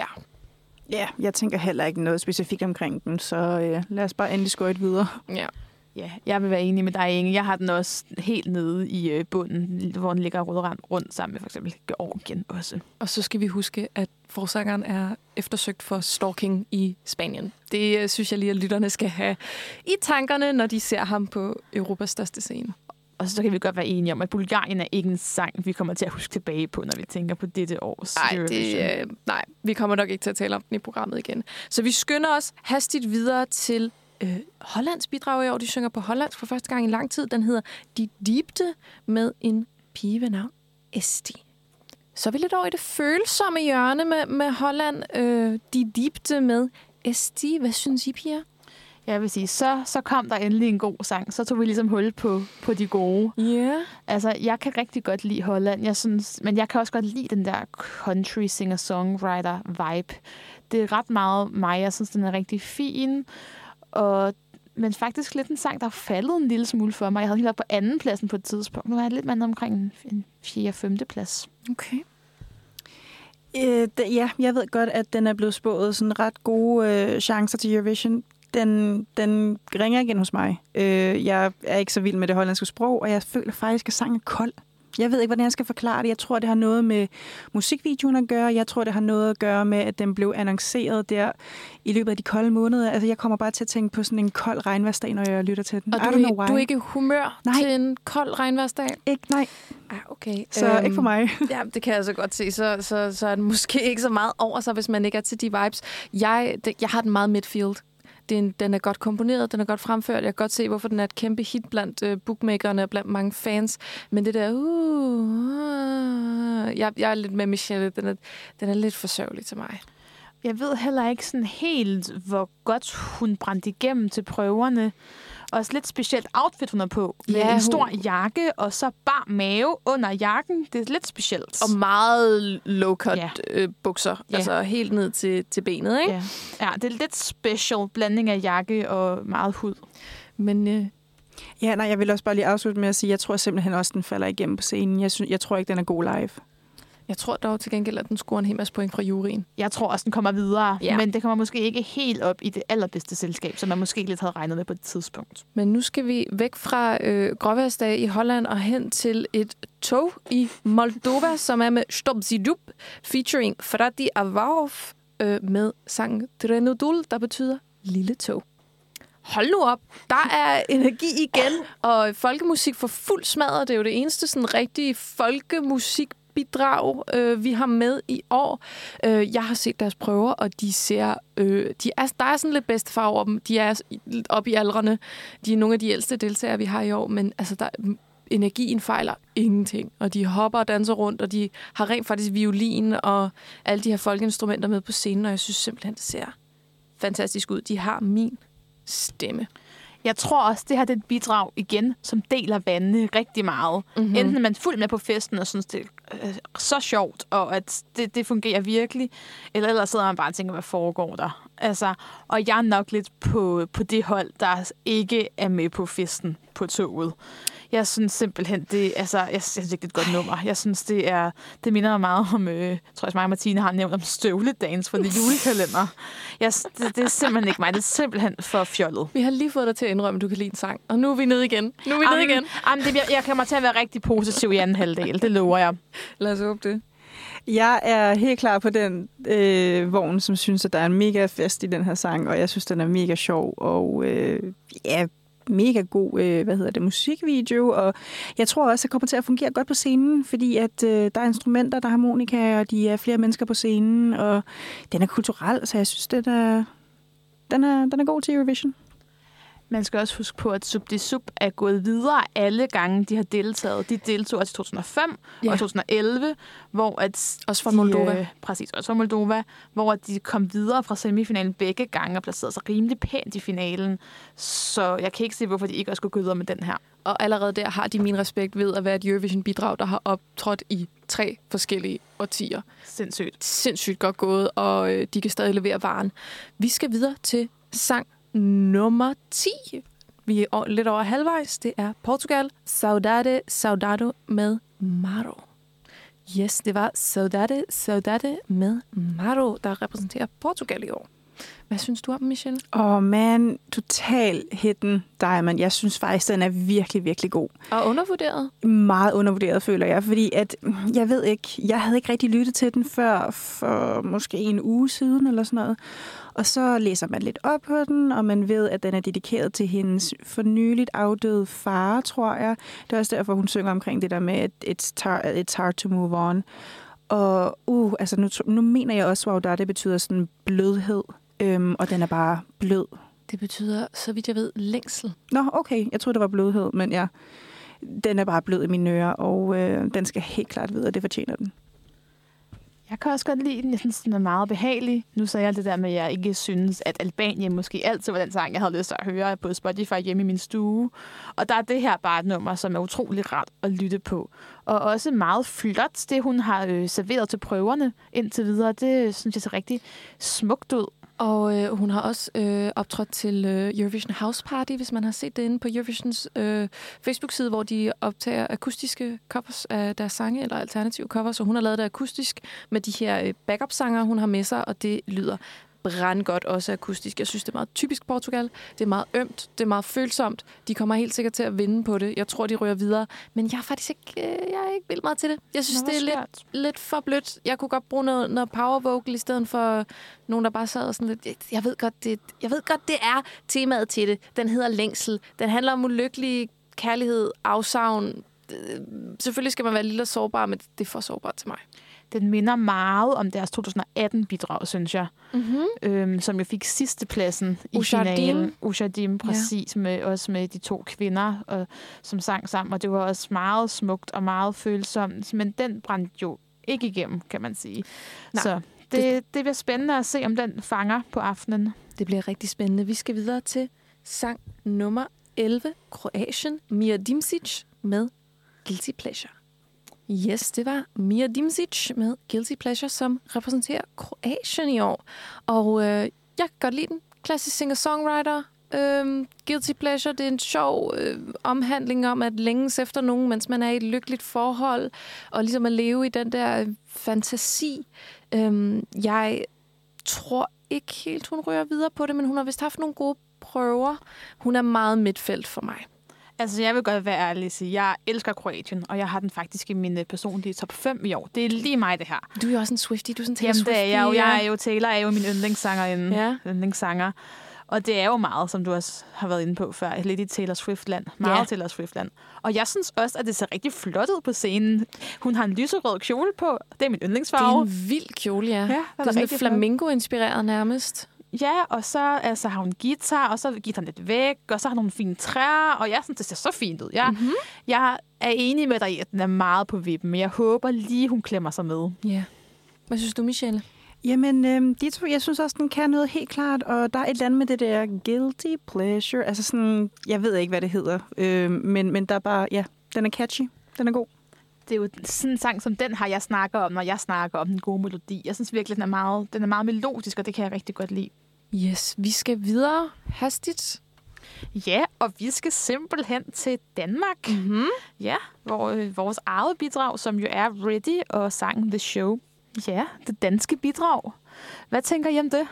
Ja, jeg tænker heller ikke noget specifikt omkring den, så lad os bare endelig skøjte videre. Ja, jeg vil være enig med dig, Inge. Jeg har den også helt nede i bunden, hvor den ligger rundt sammen med for eksempel Georgien også. Og så skal vi huske, at forsangeren er eftersøgt for stalking i Spanien. Det synes jeg lige, at lytterne skal have i tankerne, når de ser ham på Europas største scene. Og så kan vi godt være enige om, at Bulgarien er ikke en sang, vi kommer til at huske tilbage på, når vi tænker på dette års Eurovision. Nej, vi kommer nok ikke til at tale om den i programmet igen. Så vi skynder os hastigt videre til Hollands bidrag i år. De synger på hollandsk for første gang i lang tid. Den hedder De Diepte med en pige ved navn Esti. Så er vi lidt over i det følsomme hjørne med Holland. De Diepte med Esti. Hvad synes I, piger? Jeg vil sige, så kom der endelig en god sang. Så tog vi ligesom hul på de gode. Ja. Yeah. Altså, jeg kan rigtig godt lide Holland. Men jeg kan også godt lide den der country singer-songwriter-vibe. Det er ret meget mig. Jeg synes, den er rigtig fin. Men faktisk lidt en sang, der faldet en lille smule for mig. Jeg havde helt været på anden pladsen på et tidspunkt. Nu er jeg lidt mere omkring en 4. og 5. plads. Okay. Ja, jeg ved godt, at den er blevet spået sådan ret gode chancer til Eurovision. Den ringer igen hos mig. Jeg er ikke så vild med det hollandske sprog, og jeg føler faktisk, at sangen er kold. Jeg ved ikke, hvordan jeg skal forklare det. Jeg tror, det har noget med musikvideoen at gøre. Jeg tror, det har noget at gøre med, at den blev annonceret der i løbet af de kolde måneder. Altså, jeg kommer bare til at tænke på sådan en kold regnværsdag, når jeg lytter til den. Og du er ikke i humør til en kold regnværsdag? Ikke, nej. Okay. Så ikke for mig. Ja, det kan jeg så godt se. Så er det måske ikke så meget over sig, hvis man ikke er til de vibes. Jeg har den meget midfield. Den er godt komponeret, den er godt fremført. Jeg kan godt se, hvorfor den er et kæmpe hit blandt bookmakerne og blandt mange fans. Men det der, jeg er lidt med Michelle. Den er lidt for sørgelig til mig. Jeg ved heller ikke sådan helt, hvor godt hun brændte igennem til prøverne. Også lidt specielt outfit, hun er på. Med en stor jakke, og så bar mave under jakken. Det er lidt specielt. Og meget low-cut bukser. Altså helt ned til benet, ikke? Ja, det er lidt special blanding af jakke og meget hud. Men... jeg vil også bare lige afslutte med at sige, at jeg tror simpelthen også, den falder igennem på scenen. Jeg tror ikke, den er god live. Jeg tror dog til gengæld, at den scorer en hel masse point fra juryen. Jeg tror også, den kommer videre, men det kommer måske ikke helt op i det allerbedste selskab, som man måske lidt havde regnet med på et tidspunkt. Men nu skal vi væk fra gråværsdage i Holland og hen til et tog i Moldova, som er med Stop Zidup, featuring Frati Avarov med sangen Trenudul, der betyder lille tog. Hold nu op. Der er energi igen, og folkemusik for fuld smadret. Det er jo det eneste sådan rigtige folkemusik bidrag, vi har med i år. Jeg har set deres prøver, og de ser... der er sådan lidt bedstefar over dem. De er oppe i aldrene. De er nogle af de ældste deltagere, vi har i år, men altså, energien fejler ingenting. Og de hopper og danser rundt, og de har rent faktisk violin og alle de her folkeinstrumenter med på scenen, og jeg synes simpelthen, det ser fantastisk ud. De har min stemme. Jeg tror også, det her det er et bidrag igen, som deler vandene rigtig meget. Mm-hmm. Enten er man fuldt med på festen og synes, det er så sjovt, og at det fungerer virkelig, eller ellers sidder man bare og tænker, hvad foregår der? Altså, og jeg er nok lidt på det hold, der ikke er med på festen på toget. Jeg synes simpelthen, jeg synes ikke, det er et godt nummer. Jeg synes, det minder mig meget om, tror jeg, mig og Martine har nævnt om støvledans fra det julekalender. Det er simpelthen ikke mig. Det er simpelthen for fjollet. Vi har lige fået dig til at indrømme, at du kan lide en sang. Og nu er vi nede igen. Jeg kommer til at være rigtig positiv i anden halvdel. Det lover jeg. Lad os håbe det. Jeg er helt klar på den vogn, som synes, at der er en mega fest i den her sang, og jeg synes, den er mega sjov, og mega god musikvideo, og jeg tror også, at det kommer til at fungere godt på scenen, fordi at der er instrumenter, der er harmonika, og de er flere mennesker på scenen, og den er kulturel, så jeg synes, den er god til Eurovision. Man skal også huske på, at Sub de Sub er gået videre alle gange, de har deltaget. De deltog også i 2005 og 2011, hvor at... Også fra Moldova. Præcis, også fra Moldova, hvor de kom videre fra semifinalen begge gange og placerede sig rimelig pænt i finalen. Så jeg kan ikke se, hvorfor de ikke også skulle gå videre med den her. Og allerede der har de min respekt ved at være et Eurovision-bidrag, der har optrådt i 3 forskellige årtier. Sindssygt godt gået, og de kan stadig levere varen. Vi skal videre til sang nummer 10. Vi er lidt over halvvejs. Det er Portugal. Saudade, Saudade med Maro. Yes, det var Saudade, Saudade med Maro, der repræsenterer Portugal i år. Hvad synes du om, Michelle? Man, total hidden diamond. Jeg synes faktisk, den er virkelig, virkelig god. Og undervurderet? Meget undervurderet, føler jeg. Fordi at, jeg ved ikke, jeg havde ikke rigtig lyttet til den før for måske en uge siden eller sådan noget. Og så læser man lidt op på den, og man ved, at den er dedikeret til hendes fornyligt afdøde far, tror jeg. Det er også derfor, hun synger omkring det der med, at it's hard to move on. Og nu mener jeg også, at det betyder sådan blødhed. Og den er bare blød. Det betyder, så vidt jeg ved, længsel. Nå, okay. Jeg troede, det var blødhed, men ja, den er bare blød i mine ører, og den skal helt klart videre. Det fortjener den. Jeg kan også godt lide den. Jeg synes, den er meget behagelig. Nu sagde jeg det der med, at jeg ikke synes, at Albanien måske altid var den sang, jeg havde lyst til at høre på Spotify hjemme i min stue. Og der er det her bare et nummer, som er utrolig rart at lytte på. Og også meget flot, det hun har serveret til prøverne indtil videre. Det synes jeg ser rigtig smukt ud. Og hun har også optrådt til Eurovision House Party, hvis man har set det inde på Eurovisions Facebook-side, hvor de optager akustiske covers af deres sange, eller alternative covers. Så hun har lavet det akustisk med de her backup-sanger, hun har med sig, og det lyder brandgodt, også akustisk. Jeg synes, det er meget typisk Portugal. Det er meget ømt, det er meget følsomt. De kommer helt sikkert til at vinde på det. Jeg tror, de ryger videre. Men jeg er faktisk ikke vildt meget til det. Jeg synes, det er lidt for blødt. Jeg kunne godt bruge noget power vocal i stedet for nogen, der bare sad og sådan lidt... Jeg ved godt, det er temaet til det. Den hedder længsel. Den handler om ulykkelig kærlighed, afsavn. Selvfølgelig skal man være lille og sårbar, men det er for sårbart til mig. Den minder meget om deres 2018-bidrag, synes jeg. Mm-hmm. Som jo fik sidstepladsen i finalen. Ujardim, præcis. Ja. Også med de 2 kvinder, som sang sammen. Og det var også meget smukt og meget følsomt. Men den brændte jo ikke igennem, kan man sige. Nej, så det bliver spændende at se, om den fanger på aftenen. Det bliver rigtig spændende. Vi skal videre til sang nummer 11, Kroatien, Mia Dimšić med Guilty Pleasure. Yes, det var Mia Dimšić med Guilty Pleasure, som repræsenterer Kroatien i år. Og jeg kan godt lide den. Klassisk singer-songwriter. Guilty Pleasure, det er en sjov omhandling om at længes efter nogen, mens man er i et lykkeligt forhold, og ligesom at leve i den der fantasi. Jeg tror ikke helt, hun rører videre på det, men hun har vist haft nogle gode prøver. Hun er meget midtfelt for mig. Altså, jeg vil godt være ærlig og sige, jeg elsker Kroatien, og jeg har den faktisk i min personlige top 5 i år. Det er lige mig, det her. Du er jo også en Swiftie. Du er sådan Taylor Swift. Jamen, det er jeg jo. Jeg er jo Taylor, er jo min yndlingssanger. Og det er jo meget, som du også har været inde på før, lidt i Taylor Swift-land. Meget Taylor Swift-land. Og jeg synes også, at det ser rigtig flot ud på scenen. Hun har en lyserød kjole på. Det er min yndlingsfarve. Det er en vild kjole, ja. Det er sådan lidt flamingo-inspireret nærmest. Ja, og så har hun guitar, og så er guitaren lidt væk, og så har hun nogle fine træer, og jeg synes, det ser så fint ud. Jeg er enig med dig i, at den er meget på vippen, men jeg håber lige, hun klemmer sig med. Ja. Hvad synes du, Michelle? Jamen, jeg synes også, den kan noget helt klart, og der er et eller andet med det der guilty pleasure. Altså sådan, jeg ved ikke, hvad det hedder, men der er bare, den er catchy, den er god. Det er jo sådan en sang som den har jeg snakker om, når jeg snakker om den gode melodi. Jeg synes virkelig, den er meget melodisk, og det kan jeg rigtig godt lide. Yes, vi skal videre hastigt. Ja, og vi skal simpelthen til Danmark. Mm-hmm. Ja, hvor vores eget bidrag, som jo er Ready og sangen The Show. Ja, det danske bidrag. Hvad tænker I om det?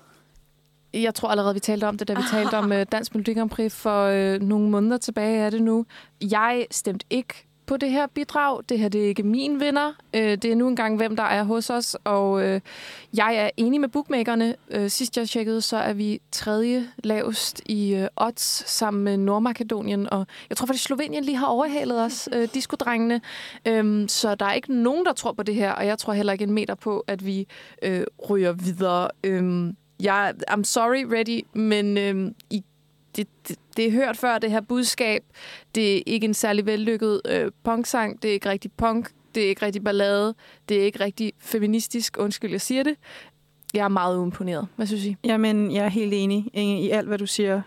Jeg tror allerede, vi talte om det, da vi talte om Dansk Melodi Grand Prix for nogle måneder tilbage er det nu. Jeg stemte ikke på det her bidrag. Det her det er ikke min vinder. Det er nu engang, hvem der er hos os. Og jeg er enig med bookmakerne. Sidst jeg tjekkede, så er vi 3. lavest i odds sammen med Nordmakedonien. Og jeg tror faktisk, Slovenien lige har overhalet os, diskodrengene. Så der er ikke nogen, der tror på det her. Og jeg tror heller ikke en meter på, at vi ryger videre. I'm sorry, Ready, men det er hørt før, det her budskab. Det er ikke en særlig vellykket punksang. Det er ikke rigtig punk. Det er ikke rigtig ballade. Det er ikke rigtig feministisk. Undskyld, jeg siger det. Jeg er meget uimponeret. Hvad synes I? Jamen, jeg er helt enig i alt, hvad du siger.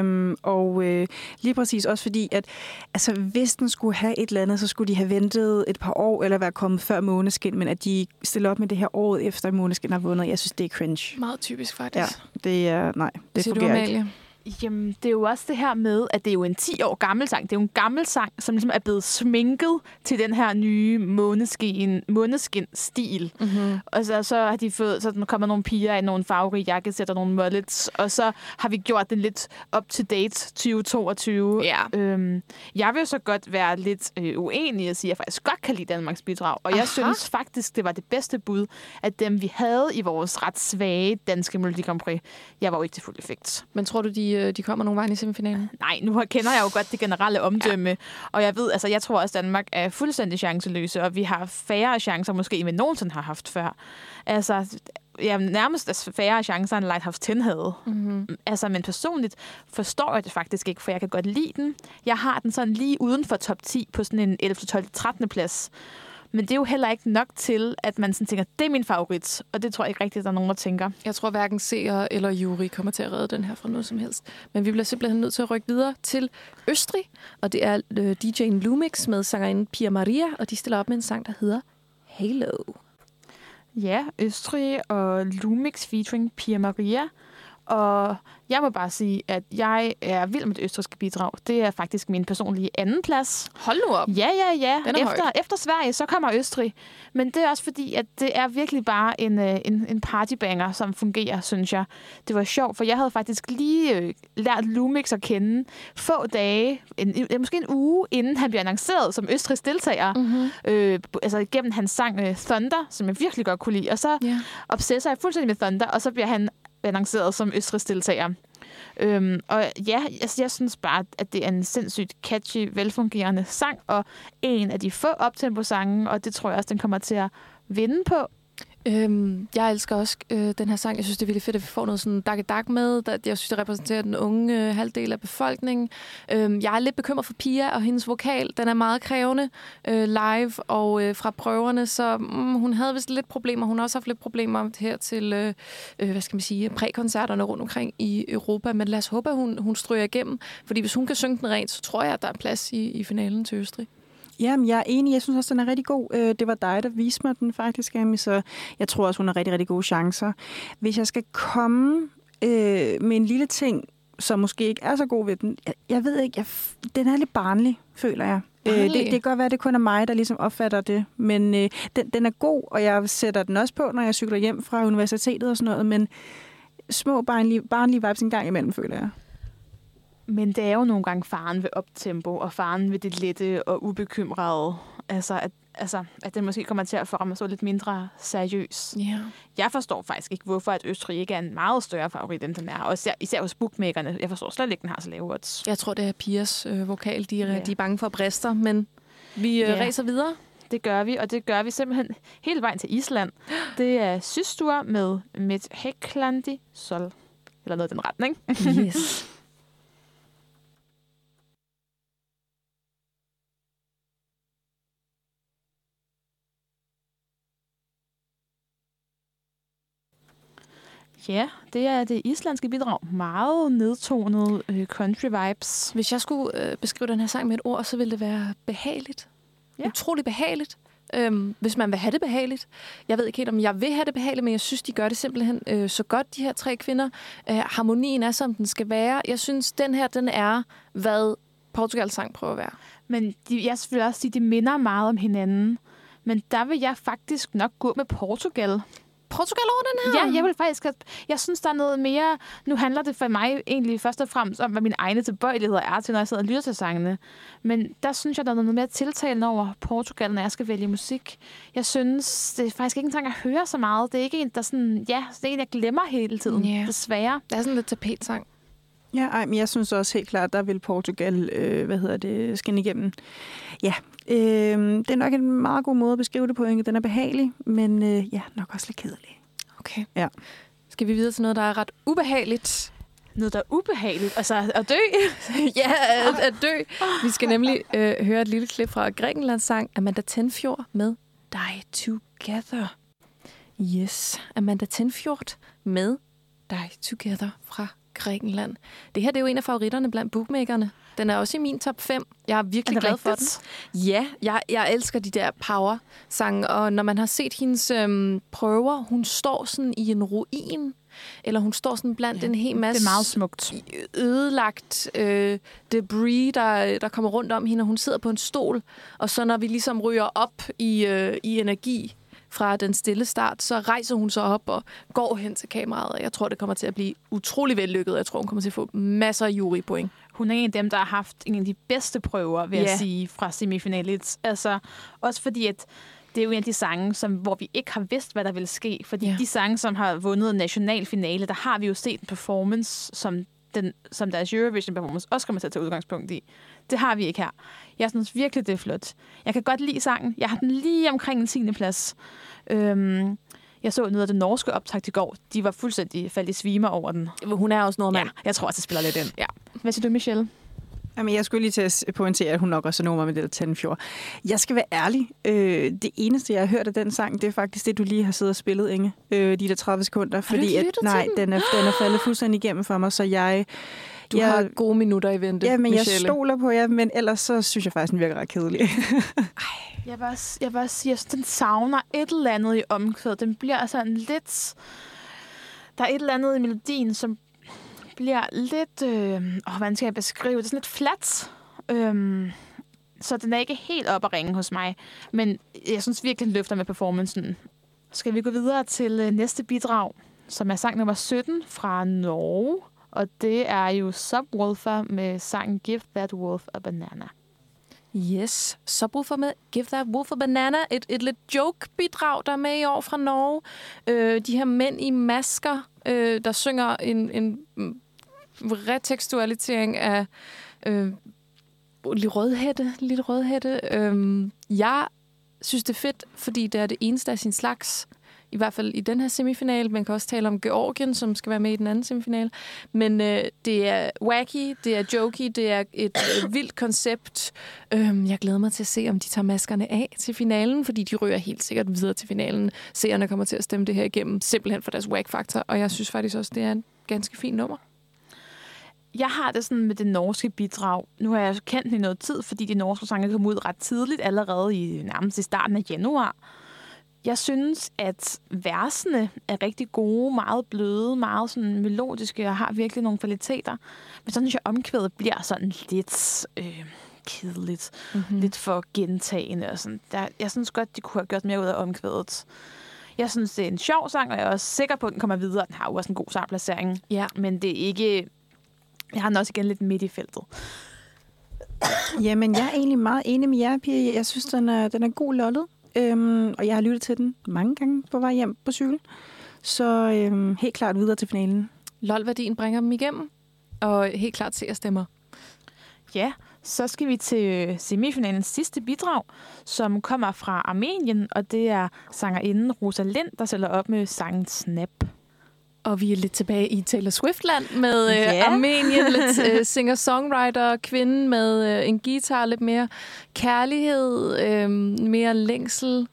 Lige præcis også fordi, at altså, hvis den skulle have et eller andet, så skulle de have ventet et par år, eller være kommet før Måneskin, men at de stiller op med det her året efter, at Måneskin har vundet, jeg synes, det er cringe. Meget typisk, faktisk. Ja, det fungerer ikke. Jamen, det er jo også det her med, at det er jo en 10 år gammel sang. Det er jo en gammel sang, som ligesom er blevet sminket til den her nye Måneskin-stil. Mm-hmm. Og så har de fået, så kommer nogle piger i nogle farverige jakkesætter, nogle mullets, og så har vi gjort den lidt up-to-date 2022. Ja. Jeg vil så godt være lidt uenig og sige, at jeg faktisk godt kan lide Danmarks bidrag. Og jeg synes faktisk, det var det bedste bud af dem, vi havde i vores ret svage danske Melodi Grand Prix. Jeg var jo ikke til fuld effekt. Men tror du, de kommer nogle vejen i semifinalen? Nej, nu kender jeg jo godt det generelle omdømme, og jeg ved, altså jeg tror også, at Danmark er fuldstændig chanceløse, og vi har færre chancer måske, end vi nogensinde har haft før. Altså, nærmest færre chancer, end Lighthouse 10 havde. Mm-hmm. Altså, men personligt forstår jeg det faktisk ikke, for jeg kan godt lide den. Jeg har den sådan lige uden for top 10 på sådan en 11., 12., 13. plads. Men det er jo heller ikke nok til, at man sådan tænker, det er min favorit. Og det tror jeg ikke rigtigt, at der er nogen, der tænker. Jeg tror hverken seere eller jury kommer til at redde den her fra noget som helst. Men vi bliver simpelthen nødt til at rykke videre til Østrig. Og det er DJ'en Lumix med sangerinden Pia Maria. Og de stiller op med en sang, der hedder Halo. Ja, Østrig og Lumix featuring Pia Maria. Og jeg må bare sige, at jeg er vild med det østrigske bidrag. Det er faktisk min personlige anden plads. Hold nu op. Ja. Den er Efter Sverige, så kommer Østrig. Men det er også fordi, at det er virkelig bare en partybanger, som fungerer, synes jeg. Det var sjovt, for jeg havde faktisk lige lært Lumix at kende få dage, måske en uge, inden han bliver annonceret som Østrigs deltager. Altså gennem hans sang Thunder, som jeg virkelig godt kunne lide. Og så obsesser jeg fuldstændig med Thunder, og så bliver han annonceret som Østrigs deltager. Og ja, altså, jeg synes bare, at det er en sindssygt catchy, velfungerende sang, og en af de få optempo-sange, og det tror jeg også, den kommer til at vinde på. Jeg elsker også den her sang. Jeg synes, det er virkelig fedt, at vi får noget sådan dak med. Jeg synes, det repræsenterer den unge halvdel af befolkningen. Jeg er lidt bekymret for Pia og hendes vokal. Den er meget krævende live og fra prøverne, så hun havde vist lidt problemer. Hun har også haft lidt problemer her til prækoncerterne rundt omkring i Europa. Men lad os håbe, at hun stryger igennem. Fordi hvis hun kan synge den rent, så tror jeg, at der er plads i finalen til Østrig. Jamen, jeg er enig. Jeg synes også, den er rigtig god. Det var dig, der viste mig den faktisk, Amy, så jeg tror også, hun har rigtig, rigtig gode chancer. Hvis jeg skal komme med en lille ting, som måske ikke er så god ved den, jeg ved ikke, den er lidt barnlig, føler jeg. Det kan godt være, at det kun er mig, der ligesom opfatter det, men den er god, og jeg sætter den også på, når jeg cykler hjem fra universitetet og sådan noget, men små barnlige vibes en gang imellem, føler jeg. Men det er jo nogle gange faren ved optempo, og faren ved det lette og ubekymrede. At den måske kommer til at få mig så lidt mindre seriøs. Yeah. Jeg forstår faktisk ikke, hvorfor at Østrig ikke er en meget større favorit, end den er. Og især hos bookmakerne. Jeg forstår slet ikke, den har så lave odds. Jeg tror, det er Pias vokal. De er bange for brister, men vi racer videre. Det gør vi, og det gør vi simpelthen hele vejen til Island. Det er Systur med Mit Heklandi Sol. Eller noget i den retning. Yes. Ja, det er det islandske bidrag. Meget nedtonet country vibes. Hvis jeg skulle beskrive den her sang med et ord, så ville det være behageligt. Ja. Utrolig behageligt. Hvis man vil have det behageligt. Jeg ved ikke helt, om jeg vil have det behageligt, men jeg synes, de gør det simpelthen så godt, de her tre kvinder. Harmonien er, som den skal være. Jeg synes, den er, hvad Portugals sang prøver at være. Men jeg vil også sige, at de minder meget om hinanden. Men der vil jeg faktisk nok gå med Portugal over den her? Ja, jeg vil faktisk... Jeg synes, der er noget mere... Nu handler det for mig egentlig først og fremmest om, hvad mine egne tilbøjeligheder er til, når jeg sidder og lytter til sangene. Men der synes jeg, der er noget mere tiltalende over Portugal, når jeg skal vælge musik. Jeg synes, det er faktisk ikke en sang, jeg hører så meget. Det er ikke en, der sådan... Ja, det er en, jeg glemmer hele tiden, desværre. Det er sådan lidt tapetsang. Ja, men jeg synes også helt klart, der vil Portugal, skinne igennem. Ja, det er nok en meget god måde at beskrive det på, Inge. Den er behagelig, men nok også lidt kedelig. Okay. Ja. Skal vi videre til noget, der er ret ubehageligt? Noget, der er ubehageligt? Altså at dø? Ja, at dø. Vi skal nemlig høre et lille klip fra Grækenlands sang Amanda Tenfjord med Die Together. Yes, Amanda Tenfjord med Die Together fra Grækenland. Det her det er jo en af favoritterne blandt bookmakerne. Den er også i min top 5. Jeg er virkelig glad for den. Ja, jeg elsker de der power-sange, og når man har set hendes prøver, hun står sådan i en ruin, eller hun står sådan blandt en hel masse det er meget smukt. Ødelagt debris, der kommer rundt om hende, og hun sidder på en stol, og så når vi ligesom ryger op i energi fra den stille start, så rejser hun sig op og går hen til kameraet. Jeg tror, det kommer til at blive utrolig vellykket. Jeg tror, hun kommer til at få masser af jurypoint. Hun er en af dem, der har haft en af de bedste prøver, vil jeg sige, fra semifinalet. Altså, også fordi, at det er jo en af de sange, hvor vi ikke har vidst, hvad der vil ske. Fordi de sange, som har vundet nationalfinale, der har vi jo set en performance, som deres Eurovision-performance også kommer til at tage udgangspunkt i. Det har vi ikke her. Jeg synes virkelig, det er flot. Jeg kan godt lide sangen. Jeg har den lige omkring en 10. plads. Jeg så noget af det norske optakt i går. De var fuldstændig faldt i svime over den. Hun er også nordmand. Ja, jeg tror også, det spiller lidt ind. Ja. Hvad siger du, Michelle? Jamen, jeg skulle lige til at pointere, at hun nok også er nummer med det der Tenfjord. Jeg skal være ærlig. Det eneste, jeg har hørt af den sang, det er faktisk det, du lige har siddet og spillet, Inge. De der 30 sekunder. Fordi den er faldet fuldstændig igennem for mig, så jeg har gode minutter i vente, Ja, men Michelle. Jeg stoler på jer, men ellers så synes jeg faktisk, den virker ret kedelig. Jeg vil også sige, at den savner et eller andet i omkvædet. Den bliver sådan lidt... Der er et eller andet i melodien, som bliver lidt... hvordan skal jeg beskrive det? Sådan lidt flat. Så den er ikke helt op at ringe hos mig. Men jeg synes virkelig, den løfter med performancen. Skal vi gå videre til næste bidrag, som er sang nummer 17 fra Norge. Og det er jo Subwoofer med sangen Give That Wolf a Banana. Yes, Subwoofer med Give That Wolf a Banana. Et lidt joke-bidrag, der er med i år fra Norge. De her mænd i masker, der synger en retekstualisering af lille rødhætte. Jeg synes, det er fedt, fordi det er det eneste af sin slags. I hvert fald i den her semifinal. Man kan også tale om Georgien, som skal være med i den anden semifinal. Men det er wacky, det er jokey, det er et vildt koncept. Jeg glæder mig til at se, om de tager maskerne af til finalen, fordi de ryger helt sikkert videre til finalen. Seerne kommer til at stemme det her igennem, simpelthen for deres wack-faktor. Og jeg synes faktisk også, det er en ganske fin nummer. Jeg har det sådan med det norske bidrag. Nu har jeg kendt den i noget tid, fordi de norske sange kom ud ret tidligt, allerede nærmest i starten af januar. Jeg synes, at versene er rigtig gode, meget bløde, meget sådan melodiske og har virkelig nogle kvaliteter. Men så synes jeg, omkvædet bliver sådan lidt kedeligt, lidt for gentagende og sådan. Jeg synes godt, de kunne have gjort mere ud af omkvædet. Jeg synes, det er en sjov sang, og jeg er også sikker på, at den kommer videre. Den har jo også en god sangplacering. Ja. Men det er ikke... Jeg har den også igen lidt midt i feltet. Jamen, jeg er egentlig meget enig med jer, Pia. Jeg synes, den er god lollet. Og jeg har lyttet til den mange gange på vej hjem på cykel. Så helt klart videre til finalen. LOL-værdien bringer dem igennem, og helt klart se at stemmer. Ja, så skal vi til semifinalens sidste bidrag, som kommer fra Armenien, og det er sangerinden Rosa Lind, der sælger op med sangen Snap. Og vi er lidt tilbage i Taylor Swift-land med Armenien, lidt singer-songwriter, kvinde med en guitar, lidt mere kærlighed, mere længsel.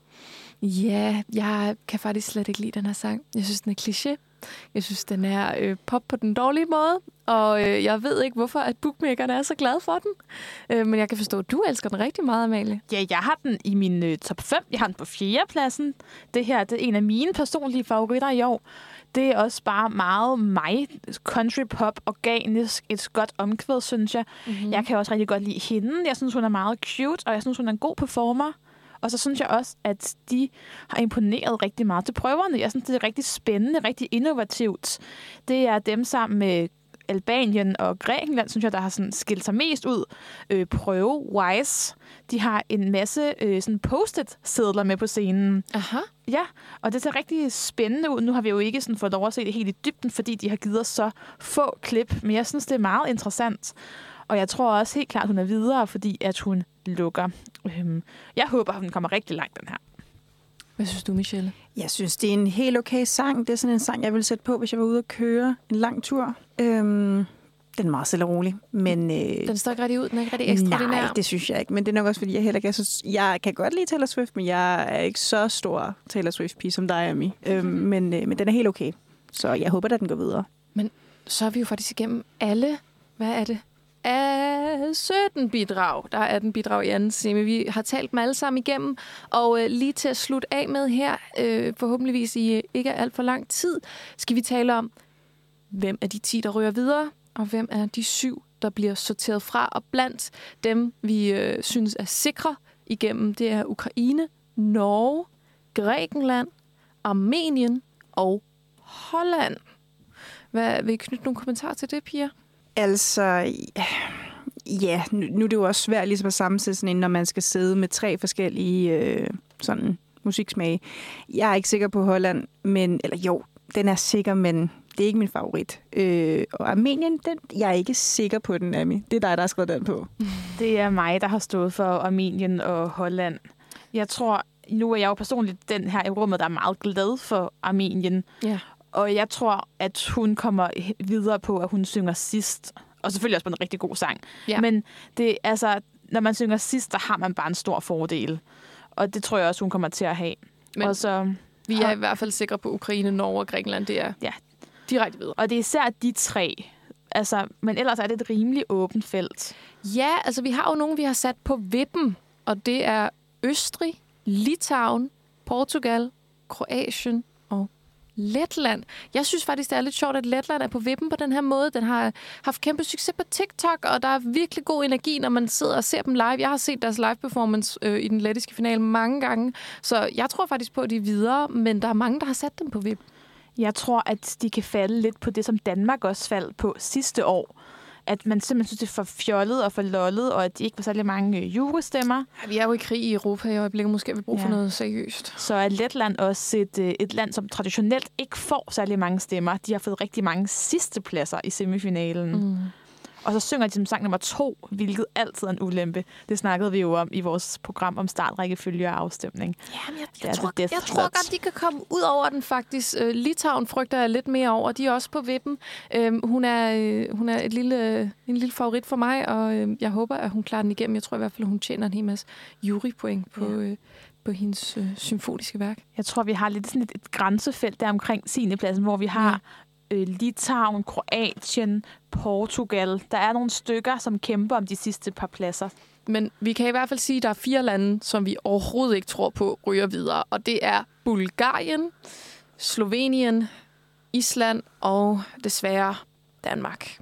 Ja, jeg kan faktisk slet ikke lide den her sang. Jeg synes, den er kliché. Jeg synes, den er pop på den dårlige måde, og jeg ved ikke, hvorfor at bookmakerne er så glade for den. Men jeg kan forstå, at du elsker den rigtig meget, Amalie. Ja, jeg har den i min top 5. Jeg har den på 4. pladsen. Det her det er en af mine personlige favoritter i år. Det er også bare meget mig. Country pop, organisk, et godt omkvæd, synes jeg. Mm-hmm. Jeg kan også rigtig godt lide hende. Jeg synes, hun er meget cute, og jeg synes, hun er en god performer. Og så synes jeg også, at de har imponeret rigtig meget til prøverne. Jeg synes, det er rigtig spændende, rigtig innovativt. Det er dem sammen med Albanien og Grækenland, synes jeg, der har sådan skilt sig mest ud prøve-wise. De har en masse sådan post-it-sedler med på scenen. Aha. Ja, og det ser rigtig spændende ud. Nu har vi jo ikke sådan fået lov at se det helt i dybden, fordi de har givet os så få klip. Men jeg synes, det er meget interessant. Og jeg tror også helt klart, hun er videre, fordi at hun lukker. Jeg håber, hun kommer rigtig langt, den her. Hvad synes du, Michelle? Jeg synes, det er en helt okay sang. Det er sådan en sang, jeg ville sætte på, hvis jeg var ude at køre en lang tur. Den er meget stille og rolig. Men, den står ikke rigtig ud? Den er ikke rigtig ekstraordinær? Nej, det synes jeg ikke. Men det er nok også, fordi jeg heller ikke... Jeg kan godt lide Taylor Swift, men jeg er ikke så stor Taylor Swift-pige som dig, Ami. Men den er helt okay. Så jeg håber, at den går videre. Men så er vi jo faktisk igennem alle... Hvad er det? Af 17 bidrag. Der er 18 bidrag i anden semi. Vi har talt dem alle sammen igennem, og lige til at slutte af med her, forhåbentligvis i ikke alt for lang tid, skal vi tale om, hvem er de 10, der ryger videre, og hvem er de 7, der bliver sorteret fra. Og blandt dem, vi synes er sikre igennem, det er Ukraine, Norge, Grækenland, Armenien og Holland. Vil I knytte nogle kommentarer til det, Pia? Altså, ja, nu er det jo også svært ligesom at sammensætte sådan en, når man skal sidde med 3 forskellige sådan musiksmage. Jeg er ikke sikker på Holland, eller jo, den er sikker, men det er ikke min favorit. Og Armenien, jeg er ikke sikker på den, Ami. Det er dig, der har skrevet den på. Det er mig, der har stået for Armenien og Holland. Jeg tror, nu er jeg jo personligt den her i rummet, der er meget glad for Armenien. Ja. Og jeg tror, at hun kommer videre på, at hun synger sidst. Og selvfølgelig også på en rigtig god sang. Ja. Men det, altså, når man synger sidst, der har man bare en stor fordel. Og det tror jeg også, hun kommer til at have. Men og så, vi er i hvert fald sikre på Ukraine, Norge og Grækenland. Det er direkte videre. Og det er især de 3. Altså, men ellers er det et rimelig åbent felt. Ja, altså vi har jo nogen, vi har sat på vippen. Og det er Østrig, Litauen, Portugal, Kroatien og Letland. Jeg synes faktisk, det er lidt sjovt, at Letland er på vippen på den her måde. Den har haft kæmpe succes på TikTok, og der er virkelig god energi, når man sidder og ser dem live. Jeg har set deres live-performance i den lettiske finale mange gange, så jeg tror faktisk på, at de er videre, men der er mange, der har sat dem på vip. Jeg tror, at de kan falde lidt på det, som Danmark også faldt på sidste år. At man simpelthen synes, det er for fjollet og for lollet, og at de ikke var særlig mange jurystemmer. Ja, vi er jo i krig i Europa i øjeblikket. Måske har vi brug for noget seriøst. Så er Letland også et land, som traditionelt ikke får særlig mange stemmer. De har fået rigtig mange sidstepladser i semifinalen. Og så synger de som sang nummer 2, hvilket altid er en ulempe. Det snakkede vi jo om i vores program om startrækkefølge og afstemning. Jamen, jeg tror godt, de kan komme ud over den faktisk. Litauen frygter jeg lidt mere over. De er også på vippen. Hun er en lille favorit for mig, og jeg håber, at hun klarer den igennem. Jeg tror i hvert fald, at hun tjener en hel masse jurypoint på hendes symfoniske værk. Jeg tror, vi har lidt sådan et grænsefelt der omkring 10. pladsen, hvor vi har Litauen, Kroatien, Portugal. Der er nogle stykker, som kæmper om de sidste par pladser. Men vi kan i hvert fald sige, at der er 4 lande, som vi overhovedet ikke tror på ryger videre. Og det er Bulgarien, Slovenien, Island og desværre Danmark.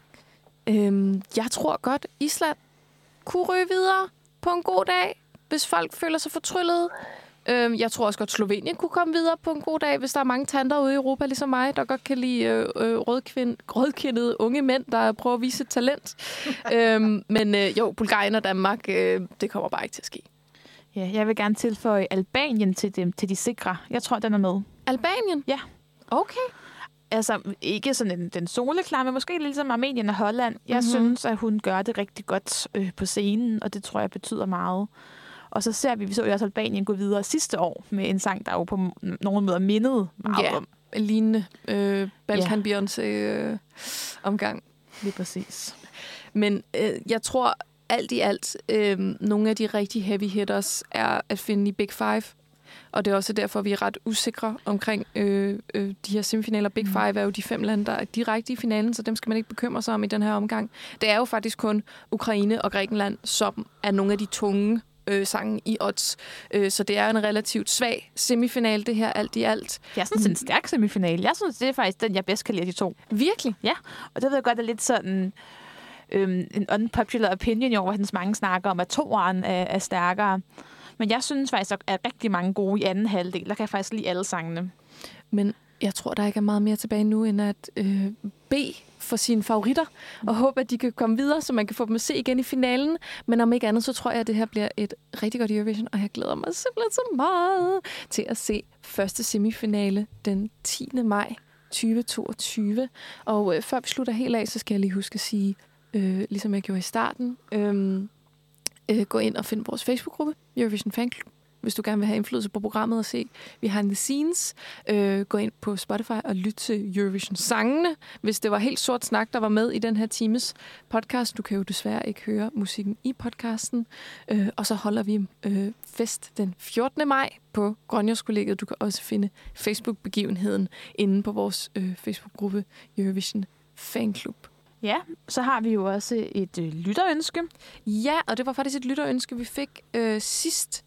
Jeg tror godt, Island kunne ryge videre på en god dag, hvis folk føler sig fortryllet. Jeg tror også godt, Slovenien kunne komme videre på en god dag, hvis der er mange tanter ude i Europa, ligesom mig, der godt kan lide rødkindede unge mænd, der prøver at vise et talent. Men Bulgarien og Danmark, det kommer bare ikke til at ske. Ja, jeg vil gerne tilføje Albanien til de sikre. Jeg tror, den er med. Albanien? Ja. Okay. Altså, ikke sådan den soleklar, men måske lidt ligesom Armenien og Holland. Jeg synes, at hun gør det rigtig godt på scenen, og det tror jeg betyder meget. Og så ser vi så jo også Albanien gå videre sidste år med en sang, der jo på nogle måder mindede meget om. En lignende Balkan Beyoncé-omgang. Lige præcis. Men jeg tror alt i alt, nogle af de rigtig heavy hitters er at finde i Big Five. Og det er også derfor, vi er ret usikre omkring de her semifinaler. Big Five er jo de 5 lande, der er direkte i finalen, så dem skal man ikke bekymre sig om i den her omgang. Det er jo faktisk kun Ukraine og Grækenland, som er nogle af de tunge sangen i odds. Så det er en relativt svag semifinal, det her alt i alt. Jeg synes, det er en stærk semifinal. Jeg synes, det er faktisk den, jeg bedst kan lide af de 2. Virkelig? Ja, og det ved jeg godt er lidt sådan en unpopular opinion over, at mange snakker om, at 2'eren er stærkere. Men jeg synes faktisk, at der er rigtig mange gode i anden halvdel. Der kan jeg faktisk lide alle sangene. Men jeg tror, der ikke er meget mere tilbage nu, end at bede for sine favoritter, og håbe, at de kan komme videre, så man kan få dem at se igen i finalen. Men om ikke andet, så tror jeg, at det her bliver et rigtig godt Eurovision, og jeg glæder mig simpelthen så meget til at se første semifinale den 10. maj 2022. Og før vi slutter helt af, så skal jeg lige huske at sige, ligesom jeg gjorde i starten, gå ind og find vores Facebook-gruppe, Eurovision Fanclub. Hvis du gerne vil have indflydelse på programmet og se behind the scenes, gå ind på Spotify og lyt til Eurovision-sangene. Hvis det var helt sort snak, der var med i den her times podcast, du kan jo desværre ikke høre musikken i podcasten. Og så holder vi fest den 14. maj på Grønjørskollegiet. Du kan også finde Facebook-begivenheden inde på vores Facebook-gruppe Eurovision Fanclub. Ja, så har vi jo også et lytterønske. Ja, og det var faktisk et lytterønske, vi fik sidst.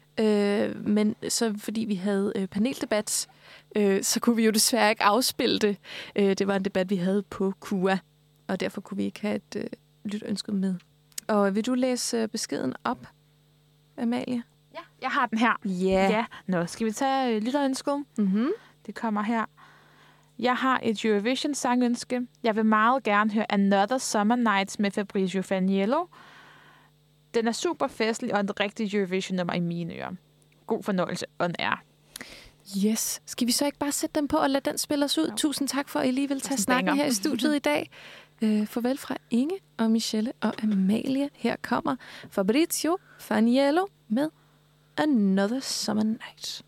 Men så fordi vi havde paneldebat, så kunne vi jo desværre ikke afspille det. Det var en debat, vi havde på KUA, og derfor kunne vi ikke have et lytterønske med. Og vil du læse beskeden op, Amalie? Ja, jeg har den her. Ja. Nå, skal vi tage lytterønsket? Mm-hmm. Det kommer her. Jeg har et Eurovision-sangønske. Jeg vil meget gerne høre Another Summer Nights med Fabrizio Faniello. Den er super festlig og en rigtig Eurovision-nummer i mine ører. God fornøjelse on air. Yes. Skal vi så ikke bare sætte den på og lade den spille os ud? Ja. Tusind tak for, at I lige vil tage snakken her i studiet i dag. Farvel fra Inge og Michelle og Amalie. Her kommer Fabrizio Faniello med Another Summer Night.